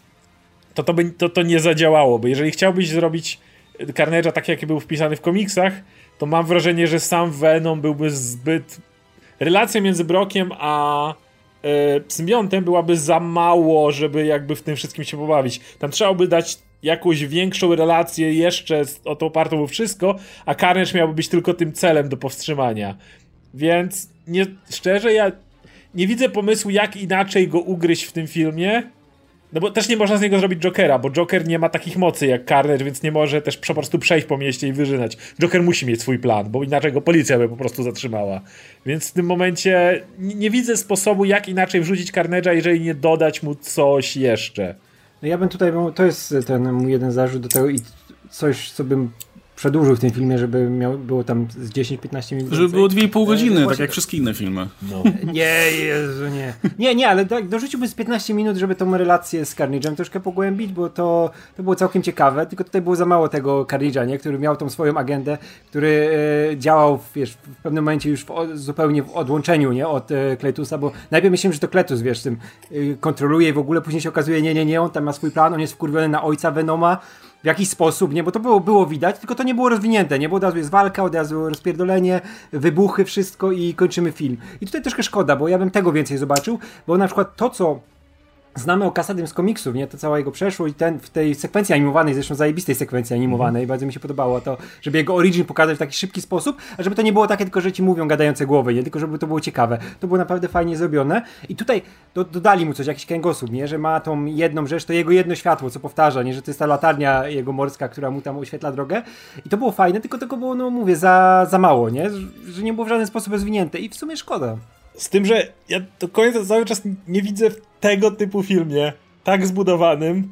to nie zadziałało, bo jeżeli chciałbyś zrobić Carnage'a tak, jaki był wpisany w komiksach, to mam wrażenie, że sam Venom byłby zbyt... Relacja między Brockiem a symbiontem byłaby za mało, żeby jakby w tym wszystkim się pobawić. Tam trzeba by dać jakąś większą relację jeszcze o to opartą o wszystko, a Carnage miałby być tylko tym celem do powstrzymania. Więc szczerze ja nie widzę pomysłu, jak inaczej go ugryźć w tym filmie. No bo też nie można z niego zrobić Jokera, bo Joker nie ma takich mocy jak Carnage, więc nie może też po prostu przejść po mieście i wyżynać. Joker musi mieć swój plan, bo inaczej go policja by po prostu zatrzymała. Więc w tym momencie nie widzę sposobu, jak inaczej wrzucić Carnage'a, jeżeli nie dodać mu coś jeszcze. No ja bym tutaj, to jest ten mój jeden zarzut do tego i coś, co bym przedłużył w tym filmie, żeby było tam z 10-15 minut. Żeby było 2,5 godziny, tak jak wszystkie inne filmy. No. Nie, Jezu, nie. Nie, ale tak, dorzuciłbym z 15 minut, żeby tą relację z Carnage'em troszkę pogłębić, bo to było całkiem ciekawe, tylko tutaj było za mało tego Carnage'a, nie? Który miał tą swoją agendę, który działał, wiesz, w pewnym momencie już zupełnie w odłączeniu, nie? Od Cletusa, bo najpierw myślałem, że to Cletus, wiesz, tym kontroluje i w ogóle później się okazuje, nie, on tam ma swój plan, on jest wkurwiony na ojca Venoma, w jakiś sposób, nie? Bo to było widać, tylko to nie było rozwinięte, nie? Bo od razu jest walka, od razu rozpierdolenie, wybuchy, wszystko i kończymy film. I tutaj troszkę szkoda, bo ja bym tego więcej zobaczył, bo na przykład to, co znamy o Kasadym z komiksów, nie? To cała jego przeszłość i w tej sekwencji animowanej, zresztą zajebistej sekwencji animowanej, bardzo mi się podobało to, żeby jego origin pokazać w taki szybki sposób, a żeby to nie było takie tylko, że ci mówią gadające głowy, nie? Tylko żeby to było ciekawe. To było naprawdę fajnie zrobione i tutaj dodali mu coś, jakiś kręgosłup, nie? Że ma tą jedną rzecz, to jego jedno światło, co powtarza, nie? Że to jest ta latarnia jego morska, która mu tam oświetla drogę i to było fajne, tylko tego było, no mówię, za mało, nie? Że nie było w żaden sposób rozwinięte i w sumie szkoda. Z tym, że ja do końca cały czas nie widzę w tego typu filmie tak zbudowanym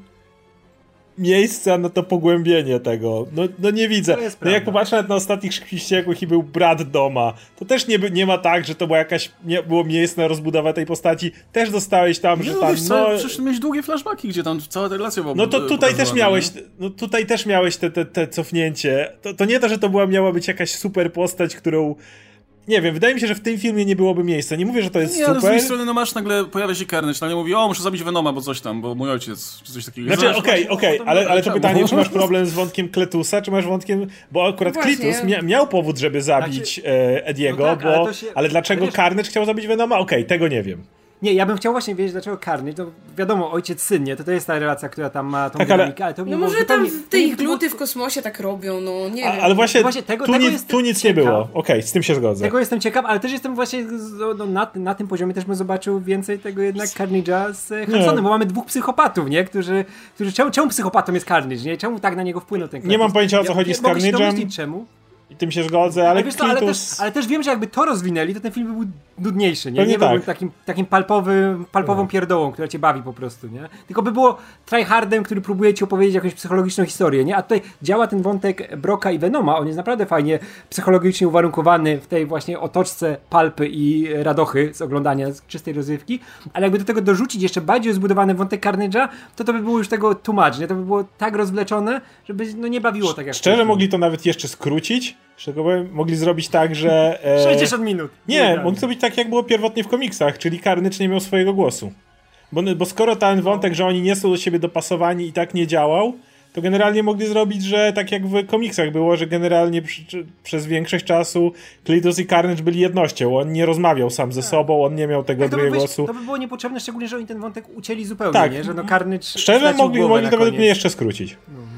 miejsca na to pogłębienie tego. No nie widzę. No jak popatrzę nawet na ostatnich ścieżkach i był brat Doma, to też nie ma tak, że to była było miejsce na rozbudowę tej postaci. Też dostałeś tam, że tam... Przecież miałeś długie flashbacki, gdzie tam cała ta relacja była. No to tutaj też miałeś te cofnięcie. To nie to, że to miała być jakaś super postać, którą... Nie wiem, wydaje mi się, że w tym filmie nie byłoby miejsca. Nie mówię, że to jest super. Ale z drugiej strony, no masz, nagle pojawia się Carnage, nagle mówi, muszę zabić Venoma, bo coś tam, bo mój ojciec, czy coś takiego. Znaczy, okej, ale to pytanie, czy masz problem z wątkiem Cletusa, czy masz wątkiem... Bo akurat Cletus miał powód, żeby zabić Ediego, no tak, ale dlaczego Carnage chciał zabić Venoma? Tego nie wiem. Nie, ja bym chciał właśnie wiedzieć, dlaczego Carnage, to wiadomo, ojciec-syn, nie? To jest ta relacja, która tam ma tą dynamikę, ale to no może tam te ich gluty w kosmosie tak robią, no nie wiem. Ale właśnie tu nic nie było. Z tym się zgodzę. Tego jestem ciekaw, ale też jestem właśnie na tym poziomie też bym zobaczył więcej tego jednak Carnage'a z Hansonem, bo mamy dwóch psychopatów, nie? Którzy czemu psychopatą jest Carnage, nie? Czemu tak na niego wpłynął ten Cletus? Nie mam pojęcia, o co chodzi z Carnage'em. Czemu? I tym się zgodzę, ale ale też wiem, że jakby to rozwinęli, to ten film byłby nudniejszy, nie? Nie byłby takim palpową pierdołą, która cię bawi po prostu, nie? Tylko by było tryhardem, który próbuje ci opowiedzieć jakąś psychologiczną historię, nie? A tutaj działa ten wątek Brocka i Venoma, on jest naprawdę fajnie psychologicznie uwarunkowany w tej właśnie otoczce palpy i radochy z oglądania, z czystej rozrywki, ale jakby do tego dorzucić jeszcze bardziej zbudowany wątek Carnage'a, to by było już tego too much, nie? To by było tak rozwleczone, żeby nie bawiło tak jak... Szczerze mogli to nawet jeszcze skrócić, mogli zrobić tak, że... 60 minut. Nie, mogli zrobić tak, jak było pierwotnie w komiksach, czyli Carnage nie miał swojego głosu. Bo skoro ten wątek, że oni nie są do siebie dopasowani i tak nie działał, to generalnie mogli zrobić, że tak jak w komiksach było, że generalnie przez większość czasu Cletus i Carnage byli jednością. On nie rozmawiał sam ze sobą, on nie miał tego drugiego głosu. To by było niepotrzebne, szczególnie, że oni ten wątek ucięli zupełnie, nie? Że Carnage... Szczerze mogli to według mnie jeszcze skrócić.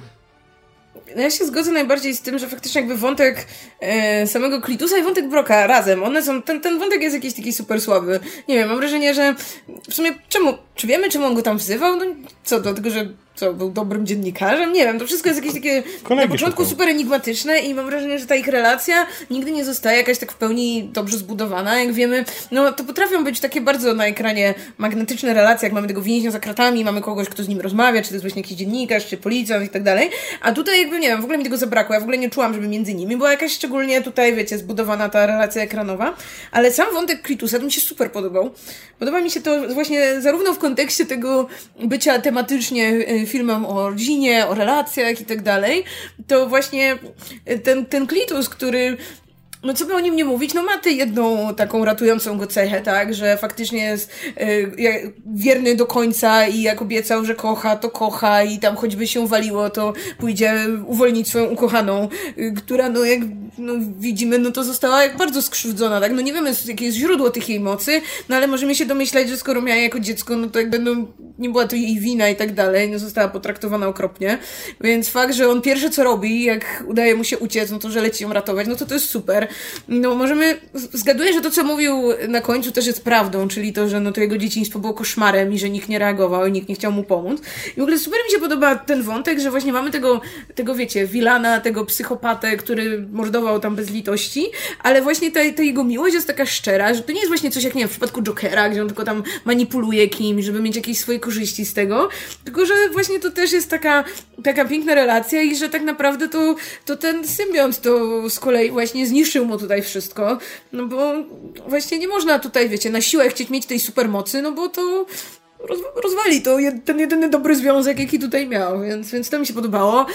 No ja się zgodzę najbardziej z tym, że faktycznie jakby wątek samego Cletusa i wątek Brocka razem, one są, ten wątek jest jakiś taki super słaby. Nie wiem, mam wrażenie, że w sumie czemu Czy wiemy, czemu on go tam wzywał? No co, dlatego, że był dobrym dziennikarzem? Nie wiem, to wszystko jest jakieś takie na początku super enigmatyczne i mam wrażenie, że ta ich relacja nigdy nie zostaje jakaś tak w pełni dobrze zbudowana. Jak wiemy, no to potrafią być takie bardzo na ekranie magnetyczne relacje, jak mamy tego więźnia za kratami, mamy kogoś, kto z nim rozmawia, czy to jest właśnie jakiś dziennikarz, czy policjant i tak dalej. A tutaj jakby, nie wiem, w ogóle mi tego zabrakło. Ja w ogóle nie czułam, żeby między nimi była jakaś szczególnie tutaj, wiecie, zbudowana ta relacja ekranowa. Ale sam wątek Klitusa to mi się super podobał. Podoba mi się to właśnie zarówno w kontekście tego bycia tematycznie filmem o rodzinie, o relacjach i tak dalej, to właśnie ten Klitus, który no co by o nim nie mówić, no ma tę jedną taką ratującą go cechę, tak, że faktycznie jest wierny do końca i jak obiecał, że kocha, to kocha i tam choćby się waliło, to pójdzie uwolnić swoją ukochaną, która no jak widzimy, no to została jak bardzo skrzywdzona, tak, no nie wiemy jakie jest źródło tych jej mocy, no ale możemy się domyślać, że skoro miała jako dziecko, no to jakby nie była to jej wina i tak dalej, no została potraktowana okropnie, więc fakt, że on pierwsze co robi, jak udaje mu się uciec, no to że leci ją ratować, no to jest super. No możemy, zgaduję, że to co mówił na końcu też jest prawdą, czyli to, że no to jego dzieciństwo było koszmarem i że nikt nie reagował i nikt nie chciał mu pomóc. I w ogóle super mi się podoba ten wątek, że właśnie mamy tego wiecie, wilana, tego psychopatę, który mordował tam bez litości, ale właśnie ta jego miłość jest taka szczera, że to nie jest właśnie coś jak, nie wiem, w przypadku Jokera, gdzie on tylko tam manipuluje kimś, żeby mieć jakieś swoje korzyści z tego, tylko że właśnie to też jest taka piękna relacja i że tak naprawdę to ten symbiont to z kolei właśnie zniszczył mu tutaj wszystko, no bo właśnie nie można tutaj, wiecie, na siłę chcieć mieć tej supermocy, no bo to rozwali to ten jedyny dobry związek, jaki tutaj miał, więc to mi się podobało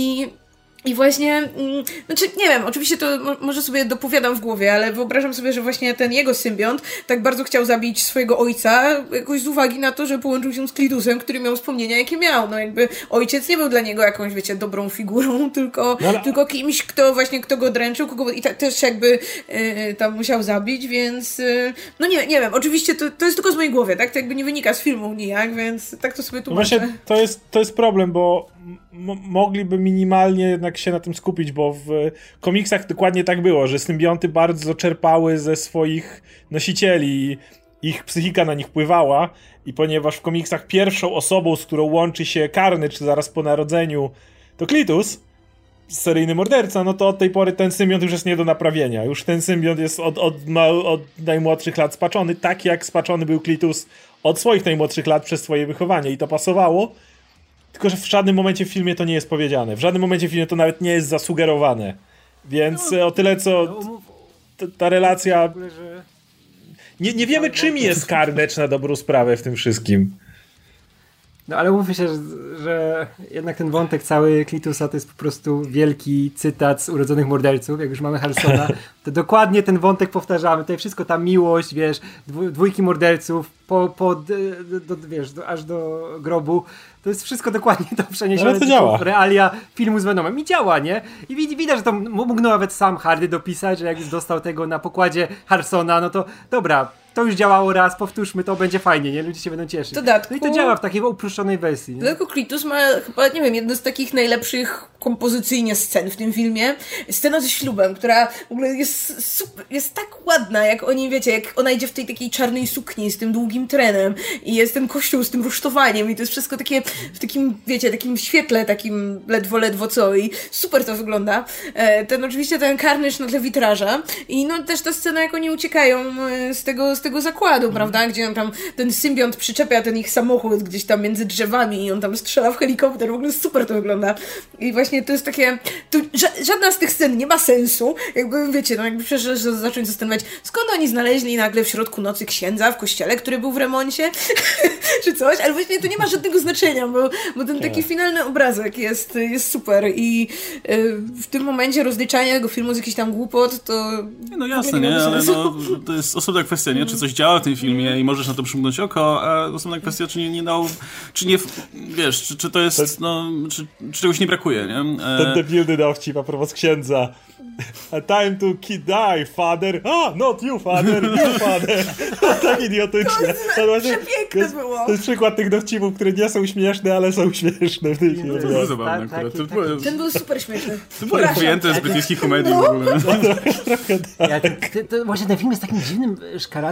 i właśnie, znaczy nie wiem, oczywiście to może sobie dopowiadam w głowie, ale wyobrażam sobie, że właśnie ten jego symbiont tak bardzo chciał zabić swojego ojca, jakoś z uwagi na to, że połączył się z Klitusem, który miał wspomnienia, jakie miał. No jakby ojciec nie był dla niego jakąś, wiecie, dobrą figurą, tylko kimś, kto go dręczył, kogo i też jakby tam musiał zabić, więc no nie wiem, oczywiście to jest tylko z mojej głowy, tak? To jakby nie wynika z filmu nijak, więc tak to sobie tłumaczę. No właśnie to jest problem, bo mogliby minimalnie jednak się na tym skupić, bo w komiksach dokładnie tak było, że symbionty bardzo czerpały ze swoich nosicieli, ich psychika na nich pływała i ponieważ w komiksach pierwszą osobą, z którą łączy się Carnage zaraz po narodzeniu, to Klitus, seryjny morderca, no to od tej pory ten symbiont już jest nie do naprawienia. Już ten symbiont jest od najmłodszych lat spaczony, tak jak spaczony był Klitus od swoich najmłodszych lat przez swoje wychowanie i to pasowało. Tylko, że w żadnym momencie w filmie to nie jest powiedziane. W żadnym momencie w filmie to nawet nie jest zasugerowane. Więc o tyle, co ta relacja... Nie wiemy, czym jest Carnage na dobrą sprawę w tym wszystkim. No ale umówmy się, że jednak ten wątek cały Klitusa to jest po prostu wielki cytat z Urodzonych Morderców. Jak już mamy Harrisona, to dokładnie ten wątek powtarzamy. Tutaj wszystko, ta miłość, wiesz, dwójki morderców, aż do grobu. To jest wszystko dokładnie to przeniesione w realia filmu z Venomem. I działa, nie? I widać, że to mógł nawet sam Hardy dopisać, że jak już dostał tego na pokładzie Harrisona, no to dobra, to już działało raz, powtórzmy, to będzie fajnie, nie? Ludzie się będą cieszyć. Dodatku, no i to działa w takiej uproszczonej wersji. W dodatku Klitus ma chyba, nie wiem, jedno z takich najlepszych kompozycyjnie scen w tym filmie. Scena ze ślubem, która w ogóle jest super, jest tak ładna, jak oni, wiecie, jak ona idzie w tej takiej czarnej sukni z tym długim trenem i jest ten kościół z tym rusztowaniem i to jest wszystko takie w takim, wiecie, takim świetle, takim ledwo co i super to wygląda. Oczywiście ten Carnage na tle witraża i no też ta scena, jak oni uciekają z tego zakładu, prawda, gdzie on tam, ten symbiont przyczepia ten ich samochód gdzieś tam między drzewami i on tam strzela w helikopter, w ogóle super to wygląda. I właśnie to jest takie, żadna z tych scen nie ma sensu, jakby, wiecie, no jakby przecież zacząć zastanawiać, skąd oni znaleźli nagle w środku nocy księdza w kościele, który był w remoncie, czy coś, ale właśnie to nie ma żadnego znaczenia, bo ten taki finalny obrazek jest super i w tym momencie rozliczania tego filmu z jakichś tam głupot, to... No jasne, nie? Ale no, to jest osobna kwestia, nie? Czy coś działa w tym filmie i możesz na to przymknąć oko, a osobna kwestia, czy nie wiesz, czy to jest, no, czy czegoś nie brakuje, nie? Ten debilny dowcip a propos księdza. A time to die, father. Not you, father, you, father. Tak idiotycznie. Przepiękne było. To jest przykład tych dowcipów, które nie są śmieszne, ale są śmieszne w tej filmie. To było zabawne akurat. Ten był super śmieszny. To było pojęte z brytyjskich komedii w ogóle. Właśnie ten film jest takim dziwnym szkaractwem,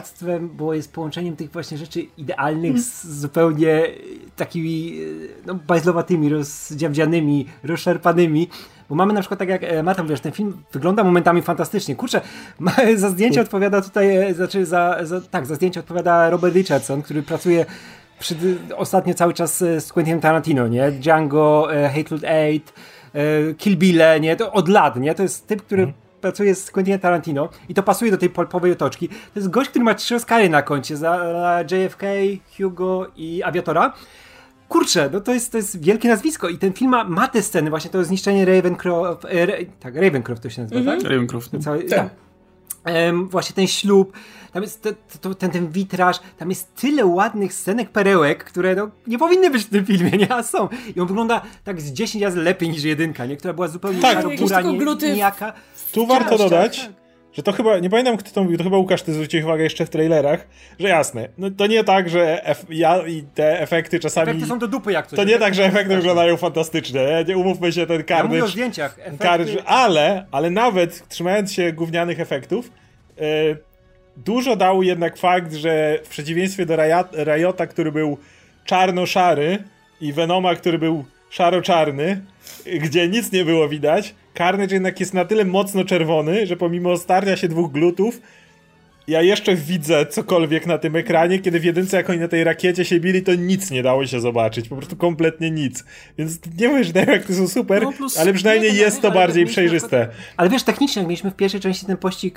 dziwactwem, bo jest połączeniem tych właśnie rzeczy idealnych z zupełnie takimi bajzlowatymi, rozdziawdzianymi, rozszarpanymi. Bo mamy na przykład, tak jak Marta mówisz, ten film wygląda momentami fantastycznie. Kurczę, za zdjęcie odpowiada tutaj, za zdjęcie odpowiada Robert Richardson, który pracuje ostatnio cały czas z Quentinem Tarantino, nie? Django, Hateful Eight, Kill Bille, nie? To od lat, nie? To jest typ, który pracuje z Quentinem Tarantino i to pasuje do tej pulpowej otoczki. To jest gość, który ma 3 Oscary na koncie za JFK, Hugo i Aviatora. Kurczę, no to jest wielkie nazwisko i ten film ma te sceny, właśnie to zniszczenie Ravencroft, Ravencroft to się nazywa, tak? Ravencroft. Tak. Właśnie ten ślub, tam jest ten witraż, tam jest tyle ładnych scenek, perełek, które nie powinny być w tym filmie, nie? A są. I on wygląda tak z 10 razy lepiej niż jedynka, nie? Która była zupełnie szarobura, nijaka. Tu warto dodać, że to chyba, nie pamiętam kto to mówił, to chyba Łukasz, ty zwróciłeś uwagę jeszcze w trailerach, że jasne, no to nie tak, że i te efekty czasami... Efekty są do dupy jak coś. To nie tak, że efekty wyglądają fantastycznie, nie umówmy się, ten Carnage... Ja mówię o zdjęciach. Ale nawet trzymając się gównianych efektów, dużo dał jednak fakt, że w przeciwieństwie do Riota, który był czarno-szary i Venoma, który był szaro-czarny, gdzie nic nie było widać, Carnage jednak jest na tyle mocno czerwony, że pomimo starcia się 2 glutów, ja jeszcze widzę cokolwiek na tym ekranie, kiedy w jedynce, jak oni na tej rakiecie się bili, to nic nie dało się zobaczyć, po prostu kompletnie nic. Więc nie mówię, że te efekty są super, ale przynajmniej jest to bardziej przejrzyste. Ale wiesz, technicznie, jak mieliśmy w pierwszej części ten pościg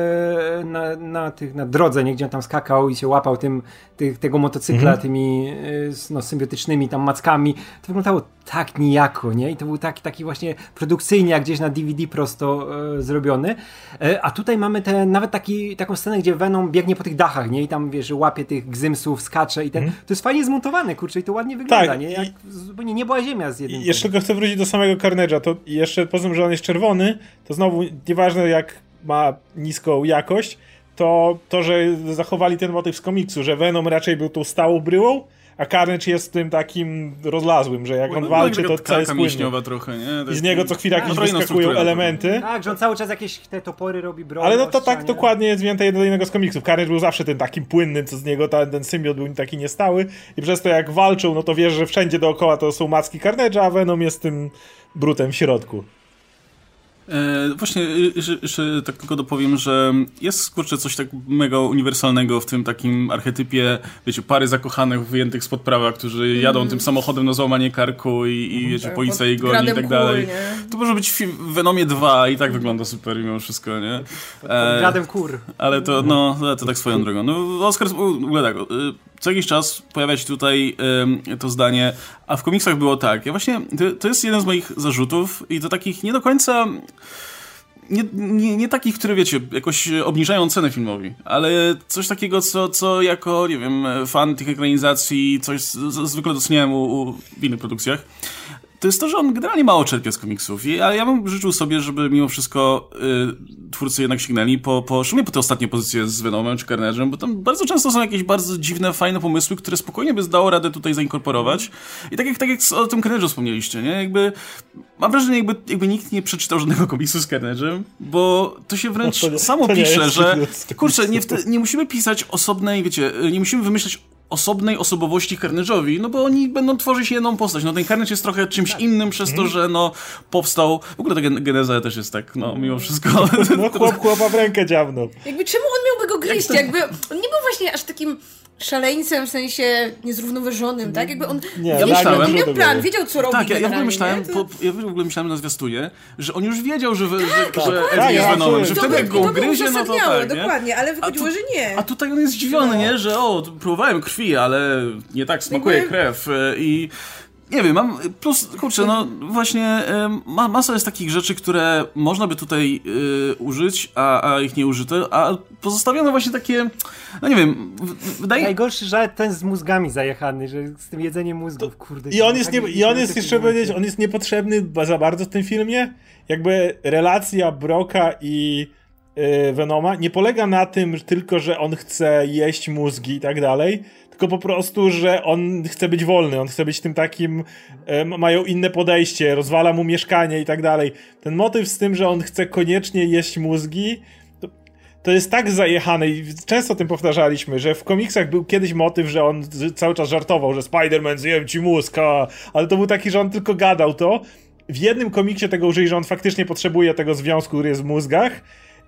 na drodze, nie, gdzie on tam skakał i się łapał tego motocykla tymi symbiotycznymi tam mackami, to wyglądało tak nijako, nie? I to był taki właśnie produkcyjnie, jak gdzieś na DVD prosto zrobiony. A tutaj mamy nawet taką scenę, gdzie Venom biegnie po tych dachach, nie? I tam, wiesz, łapie tych gzymsów, skacze i to jest fajnie zmontowane, kurczę, i to ładnie wygląda, tak, nie? Jak zupełnie nie była ziemia z jednym. Jeszcze tylko chcę wrócić do samego Carnage'a, to jeszcze poza tym, że on jest czerwony, to znowu, nieważne jak ma niską jakość, to, że zachowali ten motyw z komiksu, że Venom raczej był tą stałą bryłą, a Carnage jest tym takim rozlazłym, że jak on walczy, to cały jest płynny. Trochę, nie? I z niego co chwilę jakieś wyskakują elementy. Tak, że on cały czas jakieś te topory robi, broń. Ale no to tak dokładnie jest wzięte jedno do innego z komiksów. Carnage był zawsze tym takim płynnym, co z niego ten symbiot był taki niestały i przez to jak walczą, no to wiesz, że wszędzie dookoła to są macki Carnage'a, a Venom jest tym brutem w środku. Właśnie jeszcze tak tylko dopowiem, że jest kurczę coś tak mega uniwersalnego w tym takim archetypie, wiecie, pary zakochanych wyjętych spod prawa, którzy jadą tym samochodem na złamanie karku i wiecie, policja ich goni i tak dalej. To może być w Venomie 2 i tak wygląda super mimo wszystko, nie? Gradem kur. Ale to, to tak swoją drogą. No, Oscar, w ogóle tak, co jakiś czas pojawia się tutaj to zdanie, a w komiksach było tak. Ja właśnie, to jest jeden z moich zarzutów i to takich nie do końca... Nie takich, które wiecie, jakoś obniżają cenę filmowi, ale coś takiego, co jako, nie wiem, fan tych ekranizacji, coś zwykle doceniałem w innych produkcjach, to jest to, że on generalnie mało czerpie z komiksów. Ale ja bym życzył sobie, żeby mimo wszystko twórcy jednak sięgnęli szczególnie po te ostatnie pozycje z Venomem czy Carnage'em, bo tam bardzo często są jakieś bardzo dziwne, fajne pomysły, które spokojnie by zdało radę tutaj zainkorporować. I tak jak o tym Carnage'u wspomnieliście, nie? Jakby mam wrażenie, jakby nikt nie przeczytał żadnego komiksu z Carnage'em, bo to się wręcz samo pisze, że kurczę, nie musimy pisać osobnej, wiecie, nie musimy wymyślać osobnej osobowości Carnage'owi, no bo oni będą tworzyć jedną postać. No ten Carnage jest trochę czymś innym przez to, że powstał... W ogóle ta geneza też jest tak, mimo wszystko... No chłopa w rękę dziabnął. Jakby czemu on miałby go gryźć? Jakby on nie był właśnie aż takim szaleńcem, w sensie niezrównoważonym, tak? Jakby on miał plan, wiedział co robi. Tak, ja w ogóle myślałem na zwiastunie, że on już wiedział, że Eddie jest Venomem, że wtedy jak go ugryzie, no to tak, dokładnie, ale wychodziło, że nie. A tutaj on jest zdziwiony, nie? Że próbowałem krwi, ale nie tak smakuje krew i... Nie wiem, plus, kurczę, no właśnie masa jest takich rzeczy, które można by tutaj użyć, a ich nie użyto, a pozostawiono właśnie takie, no nie wiem, wydaje... Najgorszy żart ten z mózgami zajechany, że z tym jedzeniem mózgów, kurde. I on jest jeszcze powiedzieć, on jest niepotrzebny za bardzo w tym filmie. Jakby relacja Brocka i Venoma nie polega na tym tylko, że on chce jeść mózgi i tak dalej, tylko po prostu, że on chce być wolny, on chce być tym takim, mają inne podejście, rozwala mu mieszkanie i tak dalej. Ten motyw z tym, że on chce koniecznie jeść mózgi, to jest tak zajechane i często o tym powtarzaliśmy, że w komiksach był kiedyś motyw, że on cały czas żartował, że Spider-Man zjem ci mózg, ale to był taki, że on tylko gadał to. W jednym komiksie tego użyli, że on faktycznie potrzebuje tego związku, który jest w mózgach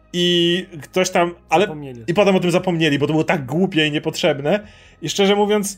i ktoś tam... I potem o tym zapomnieli, bo to było tak głupie i niepotrzebne. I szczerze mówiąc,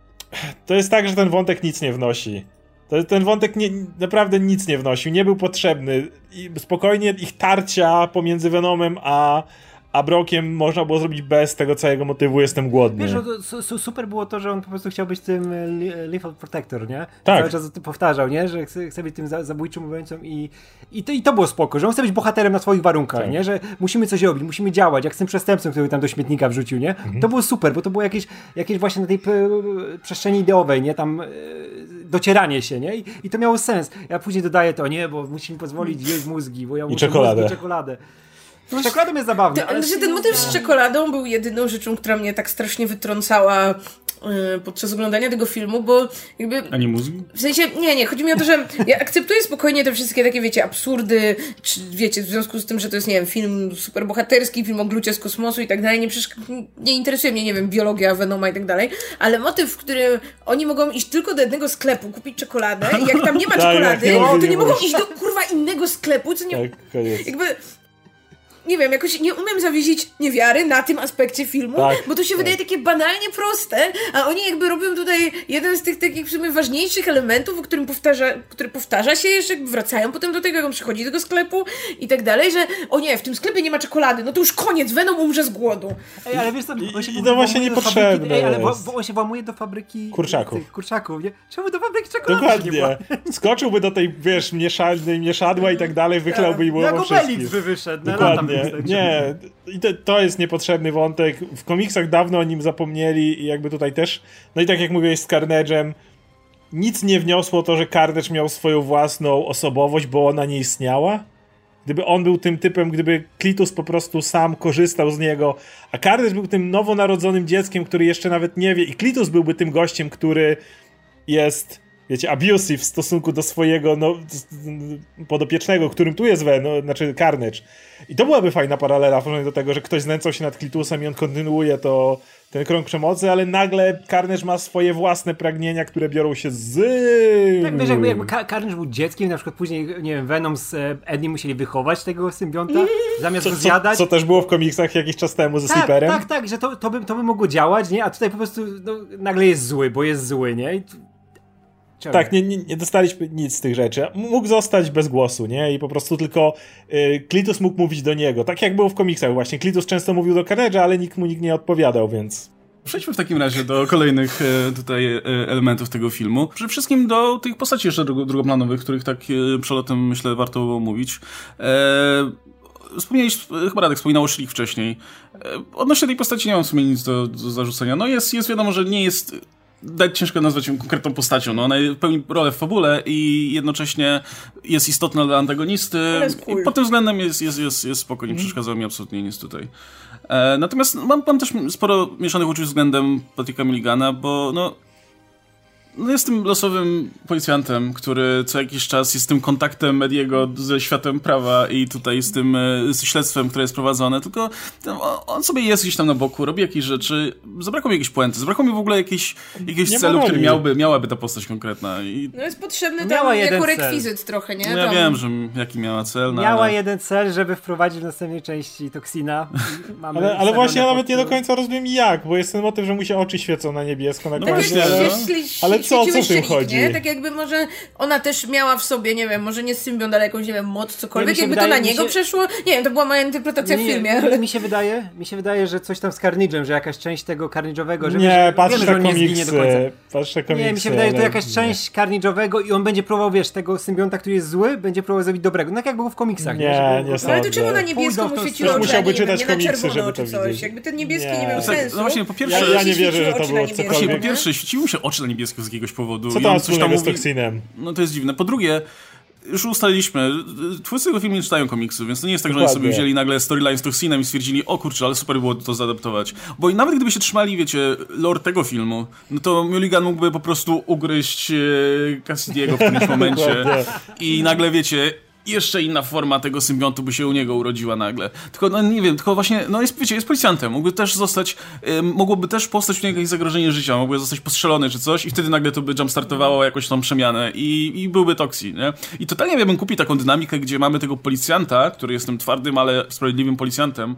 to jest tak, że ten wątek nic nie wnosi. Ten wątek naprawdę nic nie wnosił, nie był potrzebny. I spokojnie ich tarcia pomiędzy Venomem a Brockiem można było zrobić bez tego całego motywu jestem głodny. Wiesz, super było to, że on po prostu chciał być tym Lethal Protector, nie? Tak. Cały czas powtarzał, nie? Że chce być tym zabójczym obrońcą i to było spoko, że on chce być bohaterem na swoich warunkach, tak. Nie? Że musimy coś robić, musimy działać, jak z tym przestępcą, który tam do śmietnika wrzucił, nie? To było super, bo to było jakieś właśnie na tej przestrzeni ideowej, nie? Tam docieranie się, nie? I to miało sens. Ja później dodaję to, nie? Bo musimy pozwolić jeść mózgi, bo ja muszę czekoladę. Z czekoladą jest zabawne. Ale ten motyw z czekoladą był jedyną rzeczą, która mnie tak strasznie wytrącała podczas oglądania tego filmu, bo jakby... A nie mózgi? W sensie, nie, chodzi mi o to, że ja akceptuję spokojnie te wszystkie takie, wiecie, absurdy, czy wiecie, w związku z tym, że to jest, nie wiem, film superbohaterski, film o glucie z kosmosu i tak dalej, nie interesuje mnie, nie wiem, biologia Venoma i tak dalej, ale motyw, w którym oni mogą iść tylko do jednego sklepu, kupić czekoladę i jak tam nie ma czekolady, to nie mogą iść do kurwa innego sklepu, co nie... Jakby... Nie wiem, jakoś nie umiem zawiesić niewiary na tym aspekcie filmu, bo to się wydaje takie banalnie proste, a oni jakby robią tutaj jeden z tych takich w sumie ważniejszych elementów, który powtarza się jeszcze, wracają potem do tego, jak on przychodzi do tego sklepu i tak dalej, że o nie, w tym sklepie nie ma czekolady, no to już koniec, Venom umrze z głodu. Ej, ale wiesz co, to właśnie niepotrzebne. Ale on się włamuje do fabryki kurczaków, nie? Czemu do fabryki czekolady? Dokładnie. Skoczyłby do tej, wiesz, mieszadła i tak dalej, wychlałby i było wszystkich. Jak Obelix by wyszedł. Dokładnie. Nie, to jest niepotrzebny wątek. W komiksach dawno o nim zapomnieli i jakby tutaj też, no i tak jak mówiłeś z Carnage'em, nic nie wniosło to, że Carnage miał swoją własną osobowość, bo ona nie istniała. Gdyby on był tym typem, gdyby Klitus po prostu sam korzystał z niego, a Carnage był tym nowonarodzonym dzieckiem, który jeszcze nawet nie wie, i Klitus byłby tym gościem, który jest, wiecie, abusive w stosunku do swojego podopiecznego, którym tu jest znaczy Carnage. I to byłaby fajna paralela w porównaniu do tego, że ktoś znęcał się nad Klitusem i on kontynuuje ten krąg przemocy, ale nagle Carnage ma swoje własne pragnienia, które biorą się z... Tak, wiesz, jakby Carnage był dzieckiem, na przykład później, nie wiem, Venom z Eddie musieli wychować tego symbionta, zamiast go zjadać. Co też było w komiksach jakiś czas temu ze Sleeperem. Tak, że to by mogło działać, nie? A tutaj po prostu nagle jest zły, bo jest zły, nie? Tak, nie dostaliśmy nic z tych rzeczy. Mógł zostać bez głosu, nie? I po prostu tylko Klitus mógł mówić do niego. Tak jak było w komiksach właśnie. Klitus często mówił do Carnage'a, ale nikt nie odpowiadał, więc... Przejdźmy w takim razie do kolejnych tutaj elementów tego filmu. Przede wszystkim do tych postaci jeszcze drugoplanowych, których tak przelotem, myślę, warto omówić. Chyba Radek wspominał o Shriek wcześniej. Odnośnie tej postaci nie mam w sumie nic do zarzucenia. No jest wiadomo, że nie jest... ciężko nazwać ją konkretną postacią. No, ona pełni rolę w fabule i jednocześnie jest istotna dla antagonisty. Cool. I pod tym względem jest spoko, nie przeszkadza mi absolutnie nic tutaj. Natomiast mam też sporo mieszanych uczuć względem Patricka Milligana, bo jest tym losowym policjantem, który co jakiś czas jest tym kontaktem Ediego ze światem prawa i tutaj z tym śledztwem, które jest prowadzone, tylko on sobie jest gdzieś tam na boku, robi jakieś rzeczy, zabrakło mi jakiejś puenty, zabrakło mi w ogóle jakiegoś celu, który miałaby ta postać konkretna. No jest potrzebny tam jako rekwizyt trochę, nie? No ja wiem, że jaki miała cel. Miała jeden cel, żeby wprowadzić w następnej części Toksina. Ale właśnie ja nawet nie do końca rozumiem jak, bo jest ten motyw, że mu się oczy świecą na niebiesko na końcu. Ale co w tym chodzi? Nie? Tak jakby może ona też miała w sobie, nie wiem, może nie symbiont, ale jakąś, nie wiem, moc, cokolwiek, jakby to na niego przeszło. Nie wiem, to była moja interpretacja w filmie. Ale... Mi się wydaje, że coś tam z Carnage'em, że jakaś część tego Carnage'owego, że patrz wiemy, na komiksy. Nie, mi się wydaje, że to jakaś część Carnage'owego i on będzie próbował, wiesz, tego symbionta, który jest zły, będzie próbował zrobić dobrego. No tak jak było w komiksach. Nie ale to czemu na niebiesko mu świeciło oczy, musiałby czytać nie komiksy, na żeby to widzieć. Jakby ten niebieski nie miał sensu. No właśnie, po pierwsze... Ja nie wierzę, że to było cokolwiek. Po pierwsze, świeciły się oczy na niebiesko z jakiegoś powodu. Co tam wspólnego z Toksinem? No to jest dziwne. Po drugie, już ustaliliśmy, twórcy tego filmu nie czytają komiksy, więc to nie jest tak, że oni sobie wzięli nagle storyline z Toksinem i stwierdzili, o kurczę, ale super było to zaadaptować. Bo nawet gdyby się trzymali, wiecie, lore tego filmu, no to Mulligan mógłby po prostu ugryźć Cassidy'ego w którymś momencie i nagle, wiecie, jeszcze inna forma tego symbiontu by się u niego urodziła nagle. Tylko, no nie wiem, tylko właśnie, no jest, wiecie, jest policjantem. Mogłoby też powstać u niego jakieś zagrożenie życia, mógłby zostać postrzelony czy coś i wtedy nagle to by jumpstartowało jakąś tą przemianę i byłby Toxin, nie? I totalnie ja bym kupił taką dynamikę, gdzie mamy tego policjanta, który jest tym twardym, ale sprawiedliwym policjantem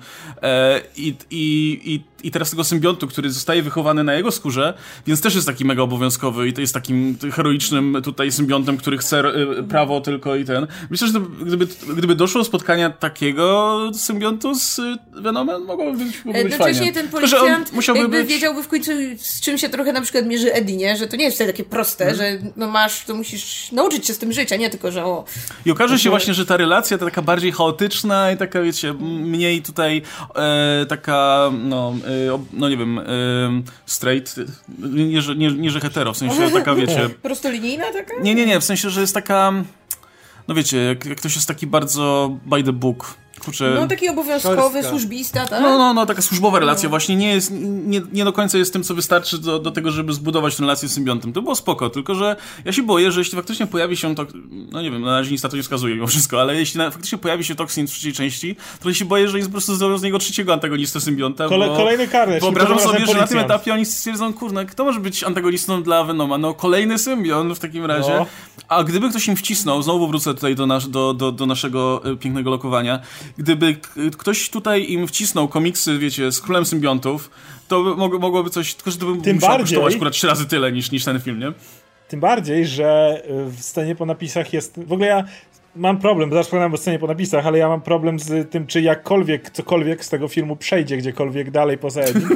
i teraz tego symbiontu, który zostaje wychowany na jego skórze, więc też jest taki mega obowiązkowy i to jest takim heroicznym tutaj symbiontem, który chce prawo tylko i ten. Myślę, że gdyby doszło do spotkania takiego symbiontu z Venomem, mogłoby być fajnie. Jednocześnie ten policjant wiedziałby w końcu, z czym się trochę na przykład mierzy Eddie, nie? Że to nie jest wtedy takie proste, że no to musisz nauczyć się z tym żyć, a nie tylko, że I okaże się właśnie, że ta relacja to taka bardziej chaotyczna i taka, wiecie, mniej tutaj taka, no nie wiem, straight, nie że hetero, w sensie taka, wiecie... Prostolinijna taka? Nie, w sensie, że jest taka, no wiecie, jak ktoś jest taki bardzo by the book. Kurczę. No taki obowiązkowy, służbista, tak? No, taka służbowa relacja właśnie nie do końca jest tym, co wystarczy do tego, żeby zbudować tę relację z symbiontem. To było spoko, tylko że ja się boję, że jeśli faktycznie pojawi się to, no nie wiem, na razie nic na to nie wskazuje mimo wszystko, ale jeśli faktycznie pojawi się Toxin w trzeciej części, to się boję, że jest po prostu zrobią z niego trzeciego antagonistę symbionta. Kolejny Carnage. Wyobrażam sobie, że na tym etapie oni stwierdzą, kurna, kto może być antagonistą dla Venoma? No kolejny symbiont w takim razie. No. A gdyby ktoś im wcisnął, znowu wrócę tutaj do naszego pięknego lokowania, gdyby ktoś tutaj im wcisnął komiksy, wiecie, z Królem Symbiontów, to mogłoby coś, tylko że to by musiało kosztować akurat 3 razy tyle niż ten film, nie? Tym bardziej, że w scenie po napisach jest... W ogóle ja mam problem, zaraz pogadam o scenie po napisach, ale ja mam problem z tym, czy cokolwiek z tego filmu przejdzie gdziekolwiek dalej poza Eddie.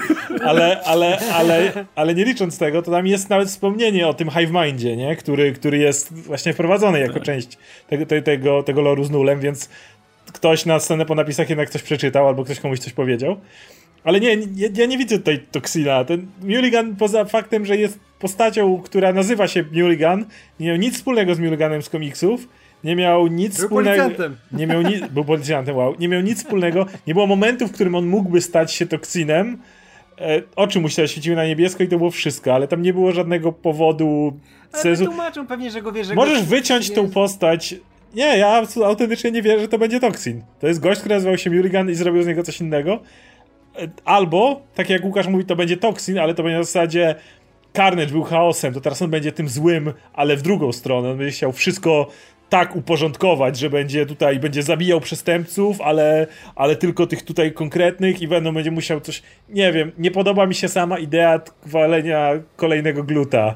Ale nie licząc tego, to tam jest nawet wspomnienie o tym Hive Mindzie, nie? Który jest właśnie wprowadzony jako część tego loru z Nullem, więc ktoś na scenę po napisach jednak coś przeczytał, albo ktoś komuś coś powiedział. Ale ja nie widzę tutaj Toxina. Ten Mulligan, poza faktem, że jest postacią, która nazywa się Mulligan, nie miał nic wspólnego z Mulliganem z komiksów, nie miał nic wspólnego... Był policjantem, wow. Nie miał nic wspólnego, nie było momentu, w którym on mógłby stać się Toxinem. Oczy mu się świeciły na niebiesko i to było wszystko, ale tam nie było żadnego powodu... Ale tłumaczą pewnie, że go wie, że możesz wyciąć tą postać... Nie, ja autentycznie nie wierzę, że to będzie Toxin. To jest gość, który nazywał się Mulligan i zrobił z niego coś innego. Albo, tak jak Łukasz mówi, to będzie Toxin, ale to będzie na zasadzie Carnage był chaosem, to teraz on będzie tym złym, ale w drugą stronę. On będzie chciał wszystko tak uporządkować, że będzie zabijał przestępców, ale tylko tych tutaj konkretnych i Venom będzie musiał coś, nie wiem, nie podoba mi się sama idea walenia kolejnego gluta.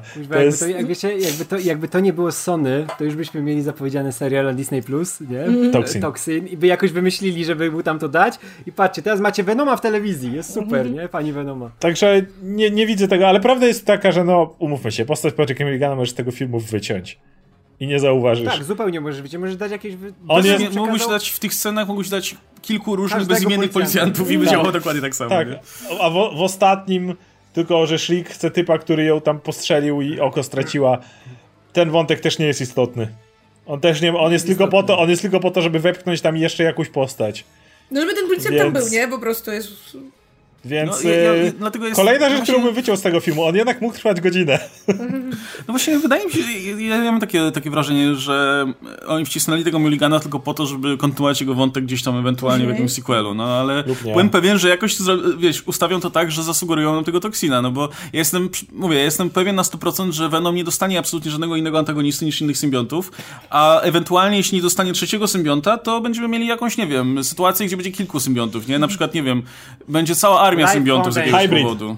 Jakby to nie było z Sony, to już byśmy mieli zapowiedziany serial na Disney+, nie? Toxin. I by jakoś wymyślili, żeby mu tam to dać i patrzcie, teraz macie Venoma w telewizji, jest super, nie? Pani Venoma. Także nie widzę tego, ale prawda jest taka, że no, umówmy się, postać Patricka Mulligana możesz z tego filmu wyciąć. I nie zauważysz. Tak, zupełnie możesz dać jakieś... Mógłbyś dać w tych scenach, kilku różnych bezimiennych policjantów i by działało dokładnie tak samo. Tak, a w ostatnim tylko, że Shriek chce typa, który ją tam postrzelił i oko straciła. Ten wątek też nie jest istotny. On jest tylko po to, żeby wepchnąć tam jeszcze jakąś postać. No żeby ten policjant tam był, nie? Po prostu jest... Więc kolejna rzecz, którą bym wyciął z tego filmu, on jednak mógł trwać godzinę. No właśnie, wydaje mi się, ja mam takie wrażenie, że oni wcisnęli tego Mulligana tylko po to, żeby kontynuować jego wątek gdzieś tam ewentualnie w jakimś sequelu, no ale byłem pewien, że jakoś, wiesz, ustawią to tak, że zasugerują nam tego Toxina, no bo ja jestem pewien na 100%, że Venom nie dostanie absolutnie żadnego innego antagonisty niż innych symbiontów, a ewentualnie jeśli nie dostanie trzeciego symbionta, to będziemy mieli jakąś, nie wiem, sytuację, gdzie będzie kilku symbiontów, nie? Na przykład, nie wiem, będzie cała armia symbiontów z jakiegoś powodu.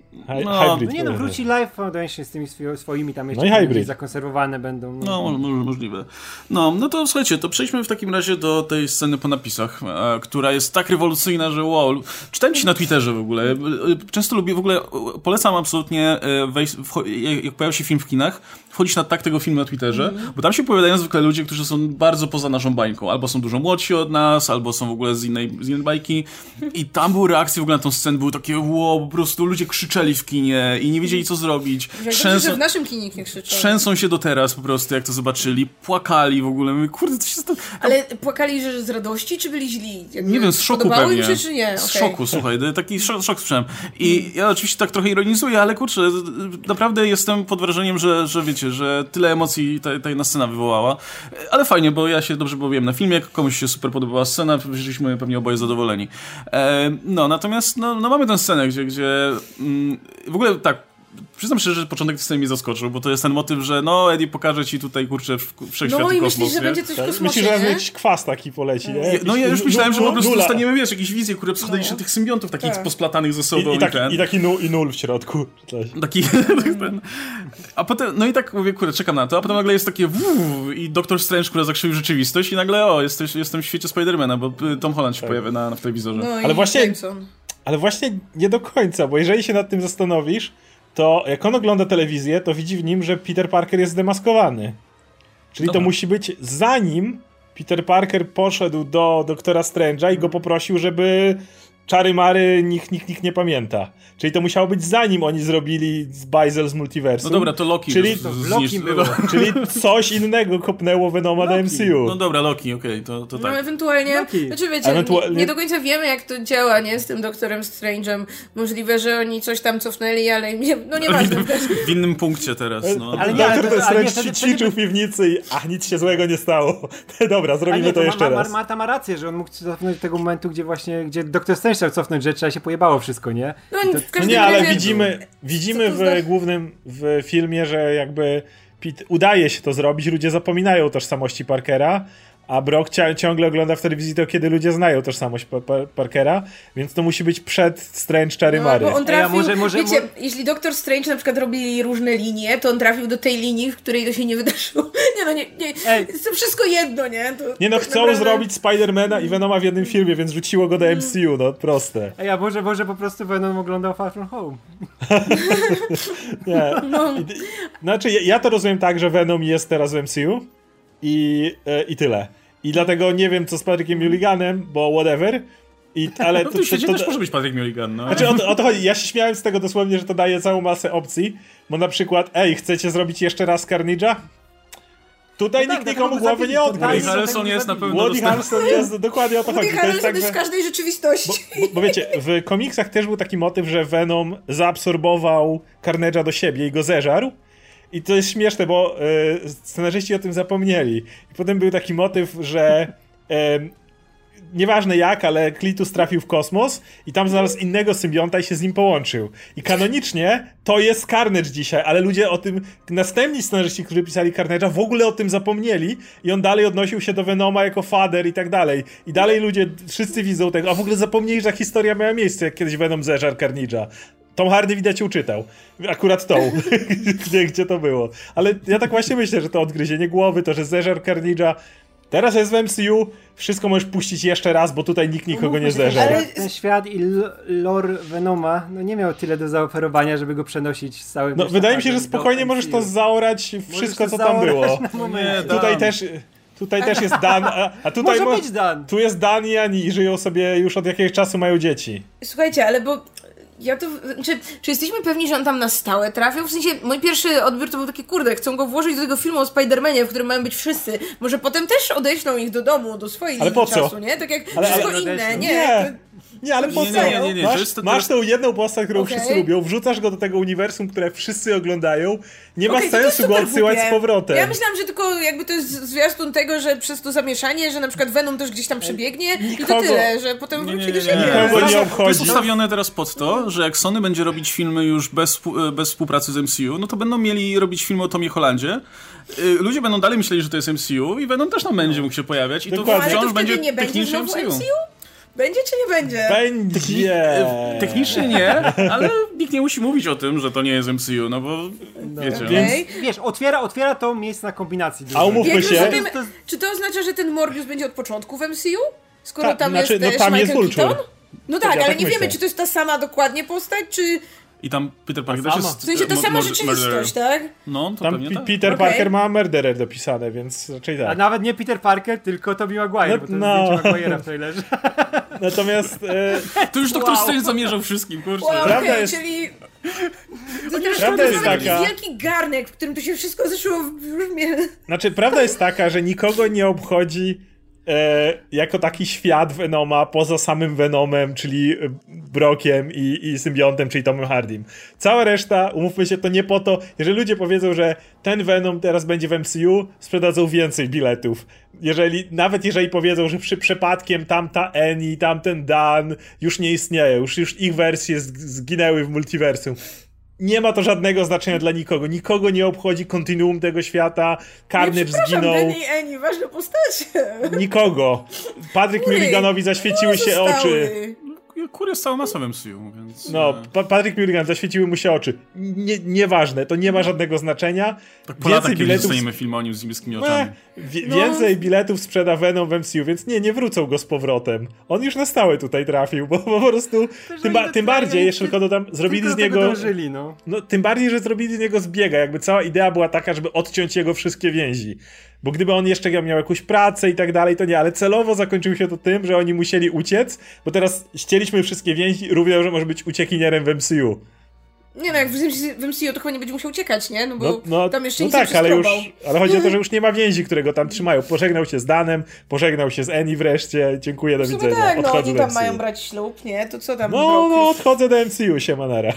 Wróci Life Foundation z tymi swoimi tam jeszcze zakonserwowane będą. No, możliwe. No to słuchajcie, to przejdźmy w takim razie do tej sceny po napisach, która jest tak rewolucyjna, że wow. Czytałem ci na Twitterze w ogóle. Często lubię, w ogóle polecam absolutnie jak pojawia się film w kinach, wchodzić na tego filmu na Twitterze, bo tam się pojawiają zwykle ludzie, którzy są bardzo poza naszą bańką. Albo są dużo młodsi od nas, albo są w ogóle z innej bajki. I tam były reakcje w ogóle na tą scenę, były takie wow, po prostu ludzie krzyczeli krzyczeli w kinie i nie wiedzieli, co zrobić. Że w naszym kinie nikt nie krzyczał. Trzęsą się do teraz po prostu, jak to zobaczyli. Płakali w ogóle. Mówię, kurde, co się stało? Ale płakali, że z radości, czy byli źli? Jakby Nie wiem, z szoku podobało pewnie. im się, czy nie? Z szoku, słuchaj, taki szok słyszałem. I ja oczywiście tak trochę ironizuję, ale kurczę, naprawdę jestem pod wrażeniem, że wiecie, że tyle emocji ta jedna scena wywołała. Ale fajnie, bo ja się dobrze bawiłem na filmie, komuś się super podobała scena, byliśmy pewnie oboje zadowoleni. Natomiast mamy tę scenę, gdzie w ogóle tak, przyznam szczerze, że początek tej sceny mnie zaskoczył, bo to jest ten motyw, że Eddie pokaże ci tutaj, kurczę, wszechświat No i i kosmos, myślisz, że nie? będzie coś w kosmosie, Myślisz, że nie? jakiś kwas taki poleci, nie? Ja już myślałem, że po prostu nula. dostaniemy, wiesz, jakieś wizje, które przychodzi tych symbiontów takich posplatanych ze sobą I taki nul w środku. Coś. Taki ten. A potem, no i tak mówię, kurde, czekam na to, a potem nagle jest takie i Doktor Strange, która zakrzywił rzeczywistość i nagle, jestem w świecie Spidermana, bo Tom Holland się pojawia w telewizorze. No Ale i właśnie- Jameson. Ale właśnie nie do końca, bo jeżeli się nad tym zastanowisz, to jak on ogląda telewizję, to widzi w nim, że Peter Parker jest zdemaskowany. Czyli Dobra. to musi być zanim Peter Parker poszedł do Doktora Strange'a i go poprosił, żeby czary-mary nikt nie pamięta. Czyli to musiało być zanim oni zrobili bajzel z multiversum. No dobra, to Loki. Czyli to to w Loki było. Czyli coś innego kopnęło Venoma do MCU. No dobra, Loki, okej, to No tak. ewentualnie, Loki. znaczy wiecie, nie do końca wiemy, jak to działa, nie, z tym Doktorem Strange'em. Możliwe, że oni coś tam cofnęli, ale nieważne. W innym punkcie teraz, no. Ale nie, Doktor ale Strange wtedy- ćwiczył w piwnicy i nic się złego nie stało. Dobra, zrobimy to jeszcze raz. Marta ma rację, że on mógł cofnąć do tego momentu, gdzie Doktor Strange chciał cofnąć rzeczy, a się pojebało wszystko, nie? No, I to- w No każdym nie, ale razie- widzimy Co to znaczy? w filmie, że jakby udaje się to zrobić, ludzie zapominają o tożsamości Parkera, a Brock ciągle ogląda w telewizji to, kiedy ludzie znają tożsamość Parkera, więc to musi być przed Strange Czary Mary. No, bo on trafił, może- wiecie, jeśli Doktor Strange na przykład robili różne linie, to on trafił do tej linii, w której to się nie wydarzyło. Nie, Ej. jest to wszystko jedno, nie? To Nie no, tak chcą naprawdę- zrobić Spidermana i Venoma w jednym filmie, więc rzuciło go do MCU, no proste. Ej, a może po prostu Venom oglądał Far From Home. Nie. No. Znaczy, ja to rozumiem tak, że Venom jest teraz w MCU i tyle. I dlatego nie wiem, co z Patrickiem Mulliganem, bo whatever. Ale No w tym świecie też może być Patrick Mulligan, no. Znaczy o to chodzi, ja się śmiałem z tego dosłownie, że to daje całą masę opcji, bo na przykład, chcecie zrobić jeszcze raz Carnage'a? Tutaj No nikt tak, nikomu go głowy zabili, nie to odgryzł. Woody tak. Harrelson jest na pewno Woody dostępny. Harrelson jest, dokładnie o to chodzi. Woody To jest Harrelson tak, jest w każdej rzeczywistości. bo wiecie, w komiksach też był taki motyw, że Venom zaabsorbował Carnage'a do siebie i go zeżarł. I to jest śmieszne, bo scenarzyści o tym zapomnieli. I potem był taki motyw, że nieważne jak, ale Klitus trafił w kosmos i tam znalazł innego symbionta i się z nim połączył. I kanonicznie to jest Carnage dzisiaj, ale ludzie o tym, następni scenarzyści, którzy pisali Carnage'a, w ogóle o tym zapomnieli i on dalej odnosił się do Venoma jako fader i tak dalej. I dalej ludzie, wszyscy widzą tego, a w ogóle zapomnieli, że ta historia miała miejsce, jak kiedyś Venom zeżarł Carnage'a. Tom Hardy widać uczytał. Akurat tą. gdzie to było. Ale ja tak właśnie myślę, że to odgryzienie głowy, to, że zeżarł Carnage'a. Teraz jest w MCU, wszystko możesz puścić jeszcze raz, bo tutaj nikt nikogo nie zeżarł. Ale- Ten świat i lore Venoma nie miał tyle do zaoferowania, żeby go przenosić z całym... No, wiesz, wydaje mi się, że do spokojnie możesz to MCU. zaorać wszystko, to co tam zaorać było. na moment. Nie, Tutaj też jest Dan, a tutaj Może być Dan. tu jest Dan i Ani i żyją sobie już od jakiegoś czasu, mają dzieci. Słuchajcie, ale bo ja to... Czy jesteśmy pewni, że on tam na stałe trafił? W sensie, mój pierwszy odbiór to był taki, kurde, chcą go włożyć do tego filmu o Spider-Manie, w którym mają być wszyscy. Może potem też odeślą ich do domu, do swojej Ale linii po co? czasu, nie? Tak jak Ale- wszystko ale- inne, Nie. nie? Nie, ale po Nie, co? nie, nie, nie, to jest to Masz teraz- tą jedną postać, którą Okej. wszyscy lubią, wrzucasz go do tego uniwersum, które wszyscy oglądają, nie ma Okej, to jest sensu go super odsyłać głupie. z powrotem. Ja myślałam, że tylko jakby to jest zwiastun tego, że przez to zamieszanie, że na przykład Venom też gdzieś tam przebiegnie i to nikogo- tyle, że potem wróci do siebie. Nikogo nie To obchodzi. jest ustawione teraz pod to, że jak Sony będzie robić filmy już bez współpracy z MCU, no to będą mieli robić filmy o Tomie Hollandzie. Ludzie będą dalej myśleli, że to jest MCU i Venom też tam będzie mógł się pojawiać i to Dokładnie. Ale to wciąż wtedy będzie nie będzie technicznie znowu MCU. MCU? Będzie czy nie będzie? Będzie. Technicznie nie, ale nikt nie musi mówić o tym, że to nie jest MCU, no bo wiecie. Więc- Okej. Wiesz, otwiera to miejsce na kombinacji. A umówmy Jak się. rozumiem, To- czy to oznacza, że ten Morbius będzie od początku w MCU? Skoro Tak, tam znaczy, jest no też tam jest Michael Vulture. Keaton? No tak, Ja ale tak nie myślę. wiemy, czy to jest ta sama dokładnie postać, czy... I tam Peter Parker Ta też sama. jest... W sensie ta sama murderer. rzeczywistość, tak? No, to Tam pewnie tak. Peter Okej. Parker ma Murderer dopisane, więc raczej A tak. nawet nie Peter Parker, tylko Tobey Maguire, No, bo to no. jest zdjęcie Maguire'a w trailerze. Natomiast... To już Doktor Strange zamierzał wszystkim, kurczę. Wow, Prawda okay, jest- czyli... Prawda jest taki taka... wielki garnek, w którym to się wszystko zaczęło brzmieć. Znaczy, prawda jest taka, że nikogo nie obchodzi jako taki świat Venoma poza samym Venomem, czyli Brockiem i symbiontem, czyli Tomem Hardym. Cała reszta, umówmy się, to nie po to, jeżeli ludzie powiedzą, że ten Venom teraz będzie w MCU, sprzedadzą więcej biletów. Nawet jeżeli powiedzą, że przypadkiem tamta Annie, tamten Dan już nie istnieje, już ich wersje zginęły w multiversum. Nie ma to żadnego znaczenia dla nikogo. Nikogo nie obchodzi kontinuum tego świata. Carnage zginął. Benny i Annie, ważne postacie. Nikogo. Patrick Mulliganowi zaświeciły się oczy. Kur jest całą masą MCU, więc... No, Patrick Mulligan, zaświeciły mu się oczy. Nieważne, to nie ma żadnego znaczenia. Tak po latach, kiedy dostaniemy film o nim z niebieskimi oczami. Więcej biletów sprzeda Venom w MCU, więc nie wrócą go z powrotem. On już na stałe tutaj trafił, bo po prostu... Tym bardziej, jeszcze tylko dodam, zrobili z niego... Dążyli, no. Tym bardziej, że zrobili z niego zbiega. Jakby cała idea była taka, żeby odciąć jego wszystkie więzi. Bo gdyby on jeszcze miał jakąś pracę i tak dalej, to nie, ale celowo zakończyło się to tym, że oni musieli uciec, bo teraz ścięliśmy wszystkie więzi, równie, że może być uciekinierem w MCU. Nie no, jak w MCU to chyba nie będzie musiał uciekać, nie? No bo tam jeszcze nic tak, nie ale chodzi o to, że już nie ma więzi, które go tam trzymają. Pożegnał się z Danem, pożegnał się z Annie wreszcie, dziękuję, do widzenia. Tak, no odchodzę oni do tam MCU. mają brać ślub, nie? To co tam? Odchodzę do MCU, siemanara.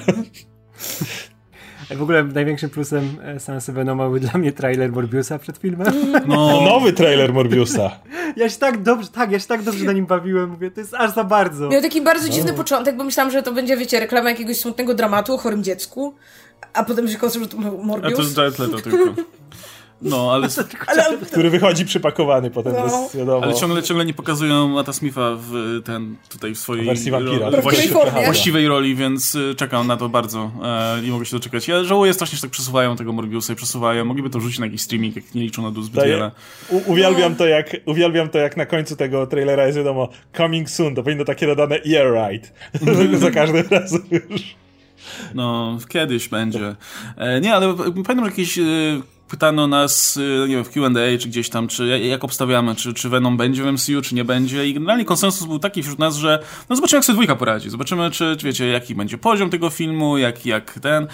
W ogóle największym plusem Sansa Venoma był dla mnie trailer Morbiusa przed filmem. No, nowy trailer Morbiusa. Ja się tak dobrze na nim bawiłem, mówię, to jest aż za bardzo. Miał taki bardzo dziwny początek, bo myślałam, że to będzie, wiecie, reklama jakiegoś smutnego dramatu o chorym dziecku, a potem się okazało, że to Morbius. A to jest Jared Leto tylko. No, ale Który wychodzi przypakowany potem, wiadomo. ale ciągle nie pokazują Matta Smitha w swojej wersji wampira. właściwej roli, więc czekam na to bardzo. Nie mogę się doczekać. Ja żałuję strasznie, że tak przesuwają tego Morbiusa i przesuwają. Mogliby to rzucić na jakiś streaming, jak nie liczą na to zbyt wiele. Uwielbiam to, jak na końcu tego trailera jest wiadomo coming soon, to powinno takie dodane yeah right. Za każdym razem już. No, kiedyś będzie. Nie, ale pamiętam, że jakieś pytano nas, nie wiem, w Q&A czy gdzieś tam, czy jak obstawiamy, czy Venom będzie w MCU, czy nie będzie, i generalnie konsensus był taki wśród nas, że no zobaczymy, jak sobie dwójka poradzi, zobaczymy, czy wiecie, jaki będzie poziom tego filmu, jak ten.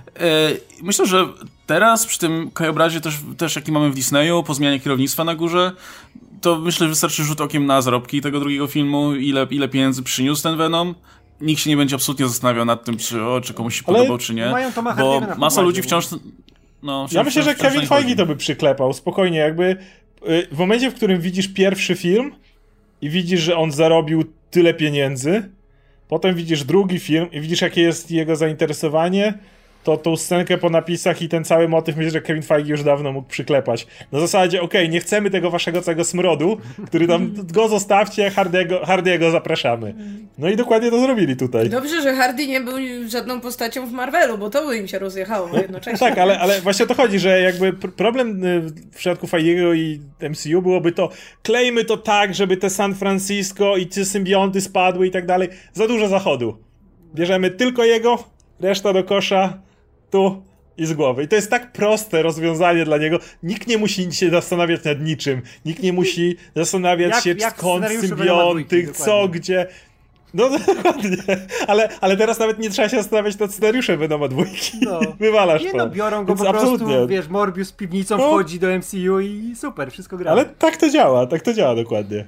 Myślę, że teraz przy tym krajobrazie też jaki mamy w Disneyu, po zmianie kierownictwa na górze, to myślę, że wystarczy rzut okiem na zarobki tego drugiego filmu, ile pieniędzy przyniósł ten Venom. Nikt się nie będzie absolutnie zastanawiał nad tym, czy komuś się podobał, czy nie, bo masa ludzi wciąż... No, ja myślę, że Kevin Feige to by przyklepał, spokojnie, jakby w momencie, w którym widzisz pierwszy film i widzisz, że on zarobił tyle pieniędzy, potem widzisz drugi film i widzisz, jakie jest jego zainteresowanie, to tą scenkę po napisach i ten cały motyw myślę, że Kevin Feige już dawno mógł przyklepać. Na zasadzie, nie chcemy tego waszego całego smrodu, który tam, go zostawcie, Hardy'ego zapraszamy. No i dokładnie to zrobili tutaj. Dobrze, że Hardy nie był żadną postacią w Marvelu, bo to by im się rozjechało jednocześnie. Tak, ale właśnie o to chodzi, że jakby problem w przypadku Feige'ego i MCU byłoby to, klejmy to tak, żeby te San Francisco i te symbionty spadły i tak dalej. Za dużo zachodu. Bierzemy tylko jego, reszta do kosza, tu i z głowy. I to jest tak proste rozwiązanie dla niego. Nikt nie musi się zastanawiać nad niczym. Nikt nie musi zastanawiać się, skąd symbionty, co, gdzie. No dokładnie. Ale teraz nawet nie trzeba się zastanawiać nad scenariuszem Venoma 2. No. Wywalasz to. No, biorą go więc po prostu, wiesz, Morbius z piwnicą wchodzi do MCU i super, wszystko gra. Ale tak to działa dokładnie.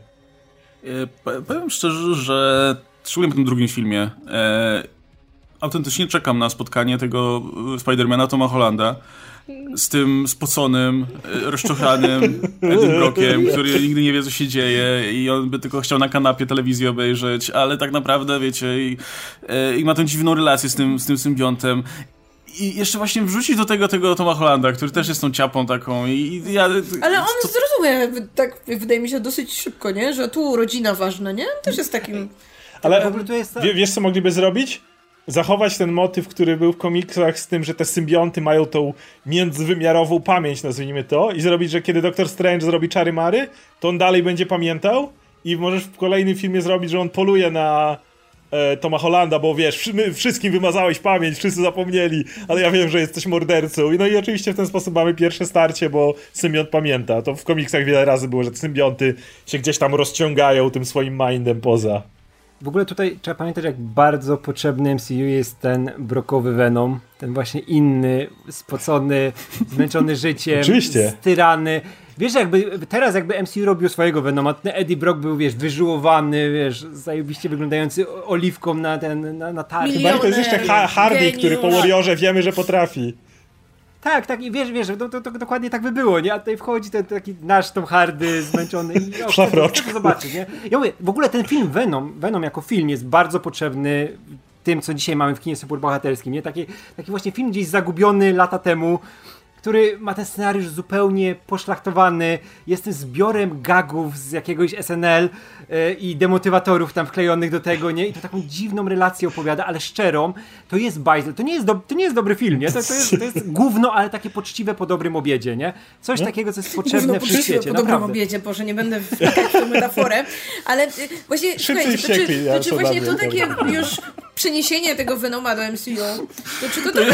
Powiem szczerze, że szczególnie po tym drugim filmie autentycznie czekam na spotkanie tego Spidermana Toma Hollanda z tym spoconym, rozczochanym Edim Brockiem, który nigdy nie wie, co się dzieje i on by tylko chciał na kanapie telewizję obejrzeć, ale tak naprawdę, wiecie, i ma tę dziwną relację z tym symbiontem. I jeszcze właśnie wrzucić do tego Toma Hollanda, który też jest tą ciapą taką ale on zrozumie, tak wydaje mi się dosyć szybko, nie? Że tu rodzina ważna, nie? Też jest takim... Ale w ogóle to jest... Wiesz, co mogliby zrobić? Zachować ten motyw, który był w komiksach z tym, że te symbionty mają tą międzywymiarową pamięć, nazwijmy to, i zrobić, że kiedy Doctor Strange zrobi czary-mary, to on dalej będzie pamiętał i możesz w kolejnym filmie zrobić, że on poluje na Toma Hollanda, bo wiesz, wszystkim wymazałeś pamięć, wszyscy zapomnieli, ale ja wiem, że jesteś mordercą. No i oczywiście w ten sposób mamy pierwsze starcie, bo symbiont pamięta. To w komiksach wiele razy było, że te symbionty się gdzieś tam rozciągają tym swoim mindem poza. W ogóle tutaj trzeba pamiętać, jak bardzo potrzebny MCU jest ten brokowy Venom, ten właśnie inny, spocony, zmęczony życiem, Oczywiście. styrany. Wiesz, teraz jakby MCU robił swojego Venoma, ten Eddie Brock był, wiesz, wyżyłowany, wiesz, zajebiście wyglądający oliwką na tarczy. Chyba to jest jeszcze Hardy, geniusz. który po Warriorze wiemy, że potrafi. Tak, i wiesz, to dokładnie tak by było, nie? A tutaj wchodzi ten taki nasz Tom Hardy, zmęczony i chcę to zobaczyć, nie? Ja mówię, w ogóle ten film Venom jako film jest bardzo potrzebny tym, co dzisiaj mamy w kinie superbohaterskim, nie? Taki właśnie film gdzieś zagubiony lata temu, który ma ten scenariusz zupełnie poszlachtowany, jest tym zbiorem gagów z jakiegoś SNL i demotywatorów tam wklejonych do tego, nie? I to taką dziwną relację opowiada, ale szczerą. To jest bajzel, to nie jest dobry film, nie? To jest gówno, ale takie poczciwe po dobrym obiedzie, nie? Coś takiego, co jest potrzebne w świecie, po dobrym naprawdę. obiedzie, Boże, nie będę wpadać w tę metaforę, ale właśnie, słuchajcie, czy właśnie to takie już przeniesienie tego Venoma do MCU, to czy to trochę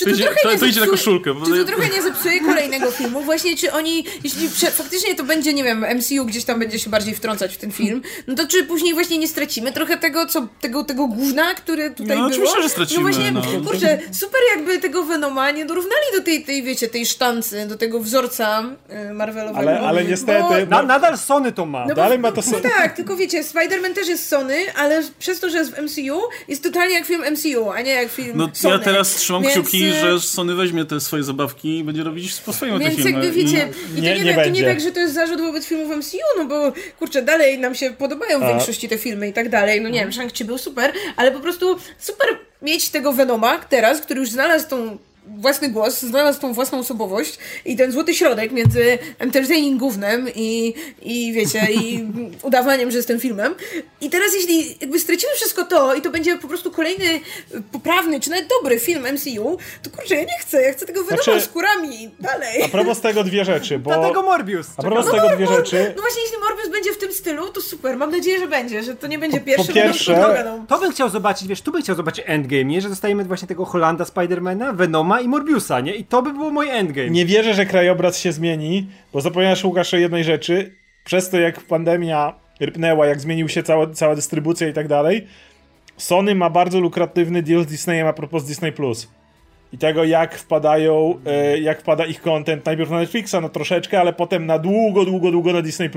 to idzie na koszulkę. Czy to trochę nie zepsuje kolejnego filmu? Właśnie, czy oni, jeśli faktycznie to będzie, nie wiem, MCU gdzieś tam będzie się bardziej wtrącać w ten film, no to czy później właśnie nie stracimy trochę tego gówna, które tutaj było? Oczywiście, że stracimy. No właśnie, kurczę, super jakby tego Venoma nie dorównali do tej wiecie, tej sztancy, do tego wzorca Marvelowego. Ale niestety... Nadal Sony to ma. Dalej ma to Sony. Tak, tylko wiecie, Spider-Man też jest Sony, ale przez to, że jest w MCU, jest totalnie jak film MCU, a nie jak film Sony. Ja teraz trzymam kciuki, że Sony weźmie te swoje zabawki i będzie robić po swojemu te filmy. Więc jakby wiecie, to nie tak, że to jest zarzut wobec filmów MCU, no bo kurczę, dalej nam się podobają w większości te filmy i tak dalej. No nie wiem, Shang-Chi był super, ale po prostu super mieć tego Venoma teraz, który już znalazł tą własny głos, znalazł tą własną osobowość i ten złoty środek między entertaining gównem i wiecie, i udawaniem, że jestem filmem. I teraz jeśli jakby stracimy wszystko to i to będzie po prostu kolejny poprawny, czy nawet dobry film MCU, to kurczę, ja chcę tego Venoma z kurami dalej. A propos tego dwie rzeczy, bo... Dlatego Morbius. A propos tego dwie rzeczy... No właśnie, jeśli Morbius będzie w tym stylu, to super. Mam nadzieję, że będzie, że to nie będzie pierwszy, po pierwsze, to bym chciał zobaczyć, wiesz, tu bym chciał zobaczyć Endgame, nie? Że dostajemy właśnie tego Hollanda, Spidermana, Venoma i Morbiusa, nie? I to by było mój Endgame. Nie wierzę, że krajobraz się zmieni, bo zapomniałeś, Łukasz, o jednej rzeczy. Przez to, jak pandemia rypnęła, jak zmienił się cała dystrybucja i tak dalej, Sony ma bardzo lukratywny deal z Disneyem a propos Disney+. I tego, jak wpada ich content najpierw na Netflixa, no troszeczkę, ale potem na długo na Disney+.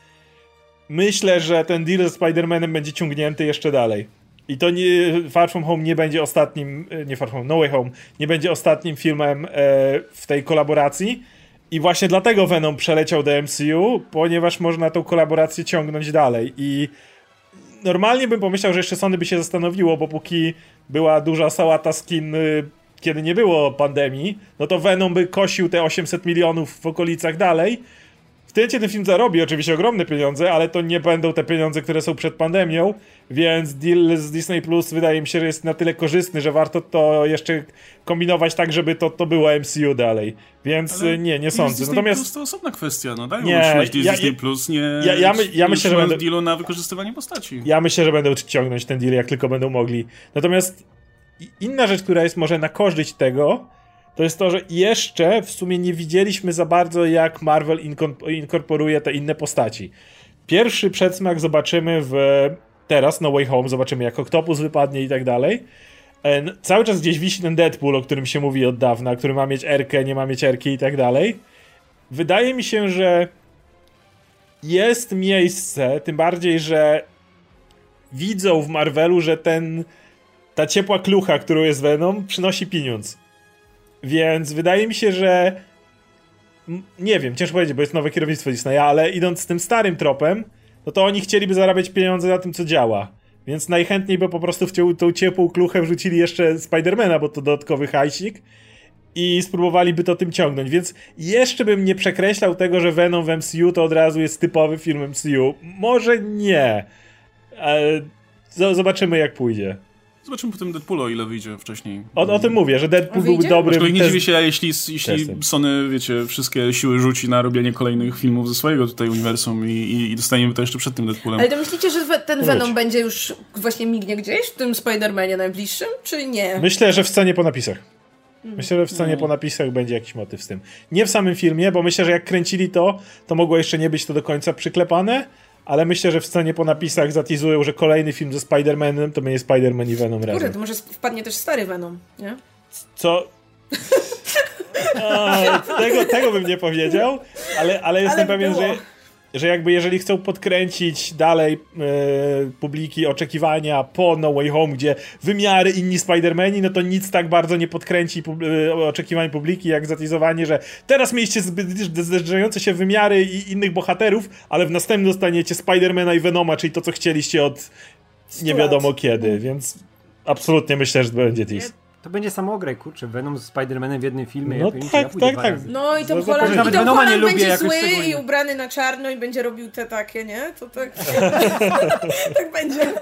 Myślę, że ten deal ze Spider-Manem będzie ciągnięty jeszcze dalej. I to Far From Home nie będzie ostatnim, No Way Home nie będzie ostatnim filmem w tej kolaboracji. I właśnie dlatego Venom przeleciał do MCU, ponieważ można tą kolaborację ciągnąć dalej. I normalnie bym pomyślał, że jeszcze Sony by się zastanowiło, bo póki była duża sałata z kin, kiedy nie było pandemii, no to Venom by kosił te 800 milionów w okolicach dalej. W tym ten film zarobi oczywiście ogromne pieniądze, ale to nie będą te pieniądze, które są przed pandemią, więc deal z Disney Plus wydaje mi się, że jest na tyle korzystny, że warto to jeszcze kombinować tak, żeby to było MCU dalej. Więc ale nie sądzę. Disney Natomiast Plus to osobna kwestia, no daj mu trzymać Disney Plus, ja myślę, że będą dealu na wykorzystywanie postaci. Ja myślę, że będą ciągnąć ten deal, jak tylko będą mogli. Natomiast inna rzecz, która jest może na korzyść tego, to jest to, że jeszcze w sumie nie widzieliśmy za bardzo, jak Marvel inkorporuje te inne postaci. Pierwszy przedsmak zobaczymy teraz No Way Home, zobaczymy jak Octopus wypadnie i tak dalej. Cały czas gdzieś wisi ten Deadpool, o którym się mówi od dawna, który ma mieć Erkę, nie ma mieć Erki i tak dalej. Wydaje mi się, że jest miejsce, tym bardziej, że widzą w Marvelu, że ta ciepła klucha, którą jest Venom, przynosi pieniądz. Więc wydaje mi się, że nie wiem, ciężko powiedzieć, bo jest nowe kierownictwo Disneya, ale idąc z tym starym tropem, no to oni chcieliby zarabiać pieniądze na tym, co działa. Więc najchętniej by po prostu w tą ciepłą kluchę wrzucili jeszcze Spidermana, bo to dodatkowy hajsik i spróbowaliby to tym ciągnąć. Więc jeszcze bym nie przekreślał tego, że Venom w MCU to od razu jest typowy film MCU. Może nie. Zobaczymy, jak pójdzie. Zobaczymy po tym Deadpoolu, ile wyjdzie wcześniej. O tym mówię, że Deadpool byłby dobrym... Nie dziwię się, jeśli Sony, wiecie, wszystkie siły rzuci na robienie kolejnych filmów ze swojego tutaj uniwersum i dostaniemy to jeszcze przed tym Deadpoolem. Ale to myślicie, że ten Venom będzie już właśnie mignie gdzieś w tym Spider-Manie najbliższym, czy nie? Myślę, że w scenie po napisach. Myślę, że w scenie po napisach będzie jakiś motyw z tym. Nie w samym filmie, bo myślę, że jak kręcili to mogło jeszcze nie być to do końca przyklepane, ale myślę, że w scenie po napisach zatizują, że kolejny film ze Spider-Manem to będzie Spider-Man i Venom razem. Kurde, to może wpadnie też stary Venom, nie? Co? Tego bym nie powiedział, ale jestem pewien, że jakby jeżeli chcą podkręcić dalej publiki oczekiwania po No Way Home, gdzie wymiary inni Spider-Mani, no to nic tak bardzo nie podkręci oczekiwań publiki, jak zatizowanie, że teraz mieliście zderzające się wymiary i innych bohaterów, ale w następnym dostaniecie Spider-Mana i Venoma, czyli to, co chcieliście od nie wiadomo kiedy, więc absolutnie myślę, że to będzie tease. To będzie samograj, kurczę, Venom z Spider-Manem w jednym filmie. No tak. No i Tom Holland będzie zły i ubrany na czarno i będzie robił te takie, nie? To tak... tak będzie.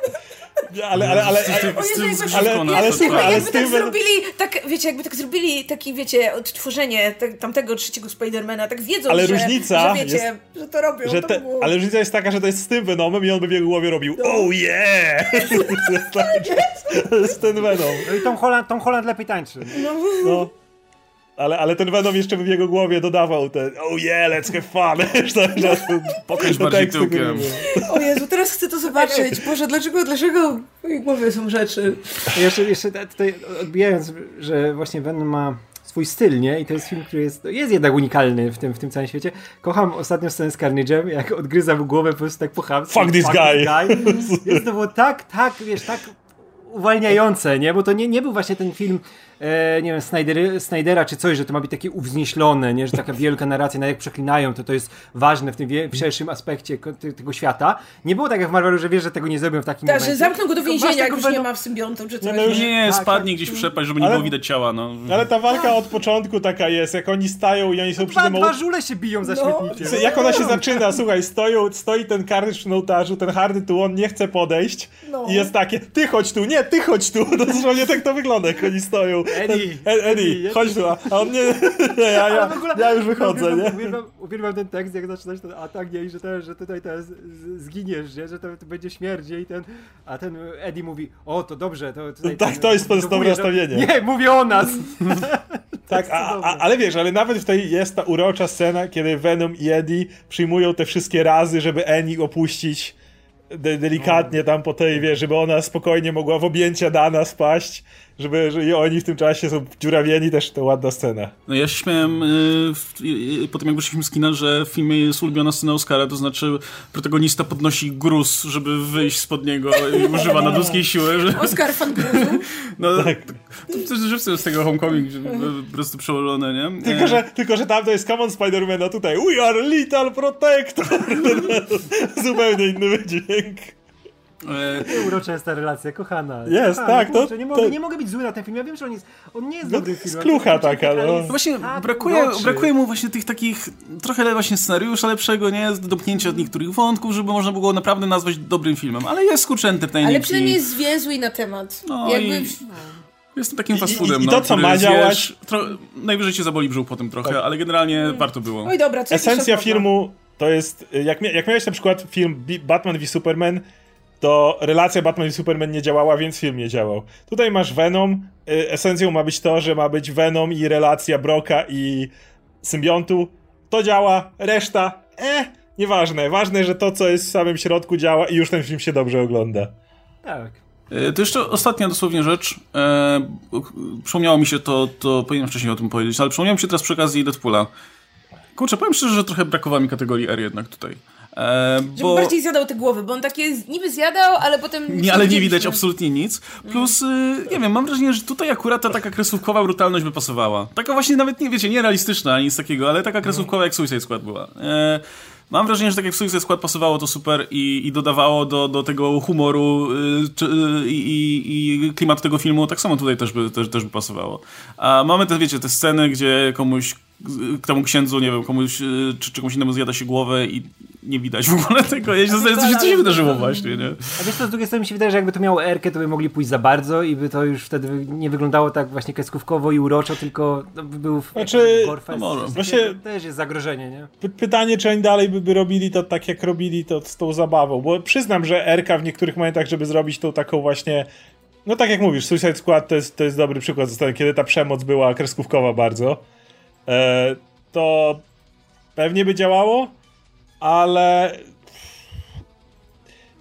Ale słuchaj, jakby tak zrobili, tak, wiecie, jakby tak zrobili taki, wiecie, odtworzenie tamtego trzeciego Spidermana, tak wiedzą, ale że, różnica że wiecie, jest, że to robią. Ale różnica jest taka, że to jest z tym Venomem i on by w jego głowie robił oh yeah! To jest ten Venom. No i Tom Holland lepiej tańczy. No. Ale ten Venom jeszcze by w jego głowie dodawał ten oh yeah, let's have fun. Pokaż bardziej tyłkiem. O Jezu, teraz chcę to zobaczyć. Boże, dlaczego w mojej głowie są rzeczy? Jeszcze tutaj odbijając, że właśnie Venom ma swój styl, nie? I to jest film, który jest jednak unikalny w tym całym świecie. Kocham ostatnią scenę z Carnage'em, jak odgryza mu głowę po prostu tak po chamsku. Fuck this guy! Jest to było tak, wiesz, tak uwalniające, nie? Bo to nie był właśnie ten film nie wiem, Snydera czy coś, że to ma być takie uwznieślone, nie? Że taka wielka narracja, na jak przeklinają, to jest ważne w tym w szerszym aspekcie tego świata. Nie było tak jak w Marvelu, że wiesz, że tego nie zrobią w takim momencie. Że zamkną go do więzienia, jak już nie ma w symbiontu, czy coś. Nie, spadnie gdzieś w przepaść, żeby nie było widać ciała, no. Ale ta walka od początku taka jest, jak oni stają i oni są przy tym... Dwa żule się biją za śmietnikiem. Jak ona się zaczyna, słuchaj, stoi ten Carnage przy ołtarzu, ten Hardy tu, on nie chce podejść i jest takie, ty chodź tu, nie, ty chodź tu. Dosłownie tak to wygląda, jak oni stoją. Eddie, chodź tu, a on nie, ja już wychodzę, nie? Uwielbiam ten tekst, jak zaczynasz ten atak, nie? I że tutaj teraz zginiesz, nie? Że to będzie śmierć, nie? A ten Eddie mówi, o, to dobrze, to jest dobre nastawienie. Nie, mówię o nas! Tak, ale wiesz, ale nawet w tej jest ta urocza scena, kiedy Venom i Eddie przyjmują te wszystkie razy, żeby Annie opuścić delikatnie tam po tej, wiesz, żeby ona spokojnie mogła w objęcia Dana spaść, że oni w tym czasie są dziurawieni, też to ładna scena. No ja się śmiałem po tym jak wyszliśmy z kina, że w filmie jest ulubiona scena Oscara, to znaczy protagonista podnosi gruz, żeby wyjść spod niego i używa nadludzkiej siły. Że... Oscar fan gruzu. No tak. To żywcem z tego Homecoming po prostu przełożone, nie? Tylko, że tam to jest Come on Spider-Man, a tutaj We are little protector. Zupełnie inny wydźwięk. Urocza jest ta relacja, kochana. Jest, tak. Kurczę, nie mogę być zły na ten film. Ja wiem, że on nie jest dobrym filmem. Sklucha taka, no. Właśnie brakuje mu właśnie tych takich trochę właśnie scenariusza lepszego, nie? Domknięcia od niektórych wątków, żeby można było naprawdę nazwać dobrym filmem. Ale jest kurczę entertaining. Ale przynajmniej jest zwięzły na temat. No jestem takim fast foodem. I to, co ma działać... Najwyżej cię zaboli brzuch po tym trochę, ale generalnie warto było. Oj, dobra, esencja filmu to jest... Jak miałeś na przykład film Batman v Superman, to relacja Batman i Superman nie działała, więc film nie działał. Tutaj masz Venom, esencją ma być to, że ma być Venom i relacja Brocka i symbiontu. To działa, reszta, nieważne. Ważne, że to, co jest w samym środku działa i już ten film się dobrze ogląda. Tak. To jeszcze ostatnia dosłownie rzecz. Przypomniało mi się to powinienem wcześniej o tym powiedzieć, ale przypomniało mi się teraz przy okazji Deadpoola. Kurczę, powiem szczerze, że trochę brakowało mi kategorii R jednak tutaj. Żeby bardziej zjadał te głowy, bo on takie niby zjadał, ale potem... Ale nie widać absolutnie nic. Plus, nie wiem, mam wrażenie, że tutaj akurat ta taka kresówkowa brutalność by pasowała. Taka właśnie nawet, nie wiecie, nie realistyczna, ani nic takiego, ale taka kresówkowa jak Suicide Squad była. Mam wrażenie, że tak jak w Suicide Squad pasowało to super i dodawało do tego humoru i klimatu tego filmu, tak samo tutaj też by pasowało. A mamy te, wiecie, te sceny, gdzie komuś, temu księdzu, nie wiem, komuś czy komuś innemu zjada się głowę i nie widać w ogóle tego. Ja się zastanawiam, co się wydarzyło właśnie, nie? A wiesz co, z drugiej strony mi się wydaje, że jakby to miało R-kę, to by mogli pójść za bardzo i by to już wtedy nie wyglądało tak właśnie kreskówkowo i uroczo, tylko by był gorefest. Właśnie też jest zagrożenie, nie? Pytanie, czy oni dalej by robili to tak, jak robili to z tą zabawą, bo przyznam, że R-ka w niektórych momentach, żeby zrobić tą taką właśnie, no tak jak mówisz, Suicide Squad to jest dobry przykład, kiedy ta przemoc była kreskówkowa bardzo, to pewnie by działało, ale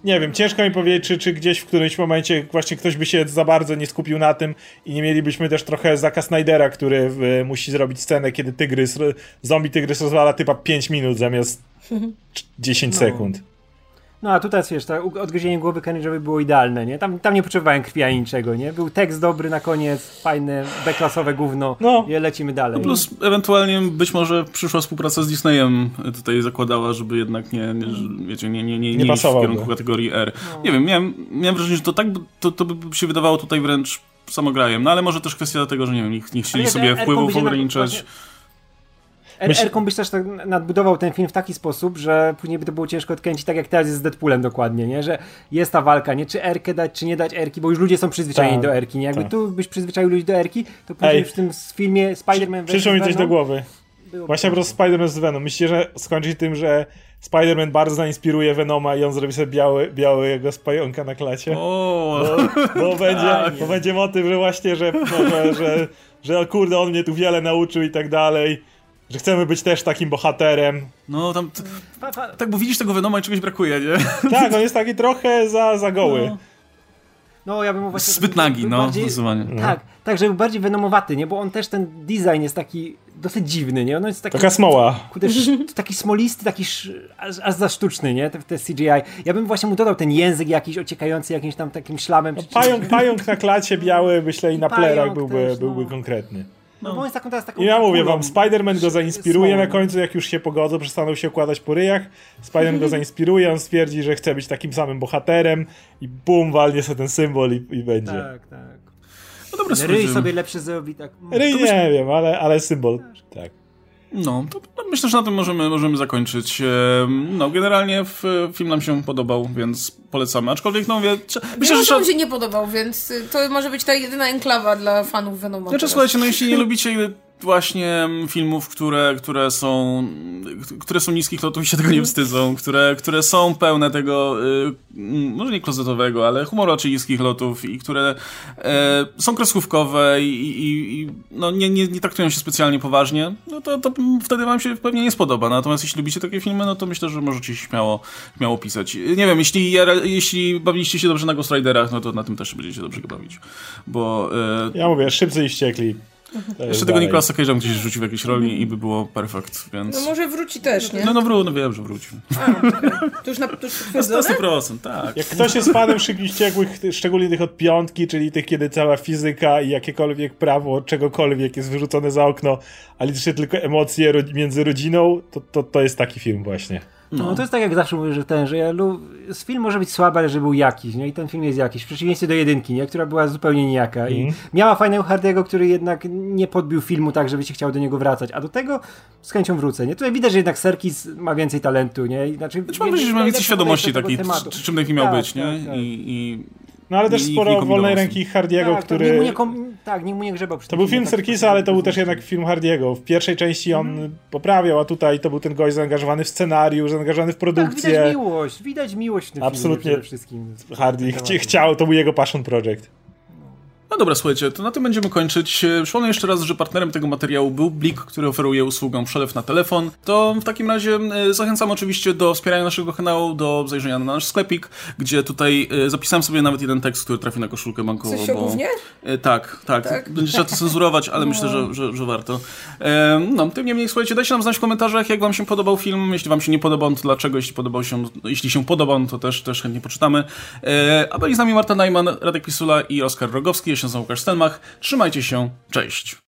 nie wiem, ciężko mi powiedzieć, czy gdzieś w którymś momencie właśnie ktoś by się za bardzo nie skupił na tym i nie mielibyśmy też trochę Zacka Snydera, który musi zrobić scenę, kiedy zombie tygrys rozwala typa 5 minut zamiast 10 sekund. No a tutaj, wiesz, odgryzienie głowy Carnage'owej było idealne, nie? Tam nie potrzebowałem krwi ani niczego, nie? Był tekst dobry na koniec, fajne, B-klasowe gówno i lecimy dalej. No plus ewentualnie być może przyszła współpraca z Disneyem tutaj zakładała, żeby jednak nie iść w kierunku kategorii R. No. Nie wiem, miałem wrażenie, że to by się wydawało tutaj wręcz samograjem, no ale może też kwestia tego, że nie wiem, nie chcieli sobie wpływów ograniczać. R-ką byś też tak nadbudował ten film w taki sposób, że później by to było ciężko odkręcić, tak jak teraz jest z Deadpoolem dokładnie, nie? Że jest ta walka, nie? Czy R-kę dać, czy nie dać R-ki, bo już ludzie są przyzwyczajeni do R-ki, nie? Jakby tu byś przyzwyczaił ludzi do R-ki, to później w tym filmie Spider-Man przyszło mi coś do głowy. Właśnie po prostu Spider-Man z Venom. Myślicie, że skończy tym, że Spider-Man bardzo zainspiruje Venoma i on zrobi sobie białego pająka na klacie? Bo będzie motyw, że właśnie, że kurde, on mnie tu wiele nauczył i tak dalej. Że chcemy być też takim bohaterem. No tam... Tak, bo widzisz tego Venoma i czegoś brakuje, nie? Tak, on jest taki trochę za goły. No, ja bym właśnie... Zbyt nagi, zdecydowanie. Tak, żeby był bardziej venomowaty, nie? Bo on też, ten design jest taki dosyć dziwny, nie? On jest taki... Taka smoła. Taki smolisty, taki aż za sztuczny, nie? Te CGI. Ja bym właśnie mu dodał ten język jakiś ociekający jakimś tam takim szlamem. Pająk na klacie biały, myślę, i na plerach byłby konkretny. No bo on jest taką I ja mówię wam, Spider-Man go zainspiruje na końcu, jak już się pogodzą, przestaną się układać po ryjach. Spider-Man go zainspiruje, on stwierdzi, że chce być takim samym bohaterem i bum, walnie sobie ten symbol i będzie. Tak. No dobra, ryj sobie lepszy zrobi, tak. Ryj nie wiem, ale symbol, tak. No, to myślę, że na tym możemy zakończyć. No, generalnie film nam się podobał, więc polecamy. Aczkolwiek, no mówię... Myślę, że on się nie podobał, więc to może być ta jedyna enklawa dla fanów Venoma. Znaczy, słuchajcie, no jeśli nie lubicie właśnie filmów, które są niskich lotów i się tego nie wstydzą, które są pełne tego, może nie klozetowego, ale humoru czy niskich lotów i które są kreskówkowe i no nie traktują się specjalnie poważnie, no to wtedy wam się pewnie nie spodoba. Natomiast jeśli lubicie takie filmy, no to myślę, że możecie się śmiało pisać. Nie wiem, jeśli bawiliście się dobrze na Ghost Riderach, no to na tym też będziecie dobrze dobrze bawić. Bo... Ja mówię, Szybcy i Wściekli. Jeszcze tego Nicolasa Cage'a gdzieś rzucił w jakiejś roli i by było perfekt, więc... No może wróci też, nie? No wiem, że wróci. Okay. To już na 100%, tak. Jak ktoś jest fanem Szybkich i Wściekłych, szczególnie tych od piątki, czyli tych, kiedy cała fizyka i jakiekolwiek prawo, czegokolwiek jest wyrzucone za okno, a liczy się tylko emocje między rodziną, to jest taki film właśnie. No to jest tak jak zawsze mówię, że film może być słaby, ale że był jakiś, nie? I ten film jest jakiś, w przeciwieństwie do jedynki, nie? Która była zupełnie nijaka i miała fajnego Hardiego, który jednak nie podbił filmu tak, żeby się chciał do niego wracać, a do tego z chęcią wrócę, nie? Tutaj widać, że jednak Serkis ma więcej talentu, nie? Mam wrażenie, że ma więcej świadomości takiej, czym ten film miał być, nie? No ale też sporo wolnej ręki Hardiego, który... Nikt mu nie grzebał przy To był film Serkisa, ale to był też jednak film Hardiego. W pierwszej części on poprawiał, a tutaj to był ten gość zaangażowany w scenariusz, zaangażowany w produkcję. Tak, widać miłość w tym absolutnie filmie przede wszystkim. Hardy chciał, to był jego passion project. No dobra, słuchajcie, to na tym będziemy kończyć. Przypomnę jeszcze raz, że partnerem tego materiału był Blik, który oferuje usługę przelew na telefon. To w takim razie zachęcam oczywiście do wspierania naszego kanału, do zajrzenia na nasz sklepik, gdzie tutaj zapisałem sobie nawet jeden tekst, który trafi na koszulkę bankową. Coś ogólnie? Tak. Będzie trzeba to cenzurować, ale myślę, że warto. No, tym niemniej, słuchajcie, dajcie nam znać w komentarzach, jak wam się podobał film. Jeśli wam się nie podobał, to dlaczego? Jeśli się podobał, to też chętnie poczytamy. A byli z nami Marta Najman, Radek Pisula i Oskar Rogowski. Ja się nazywam Łukasz Stelmach. Trzymajcie się, cześć!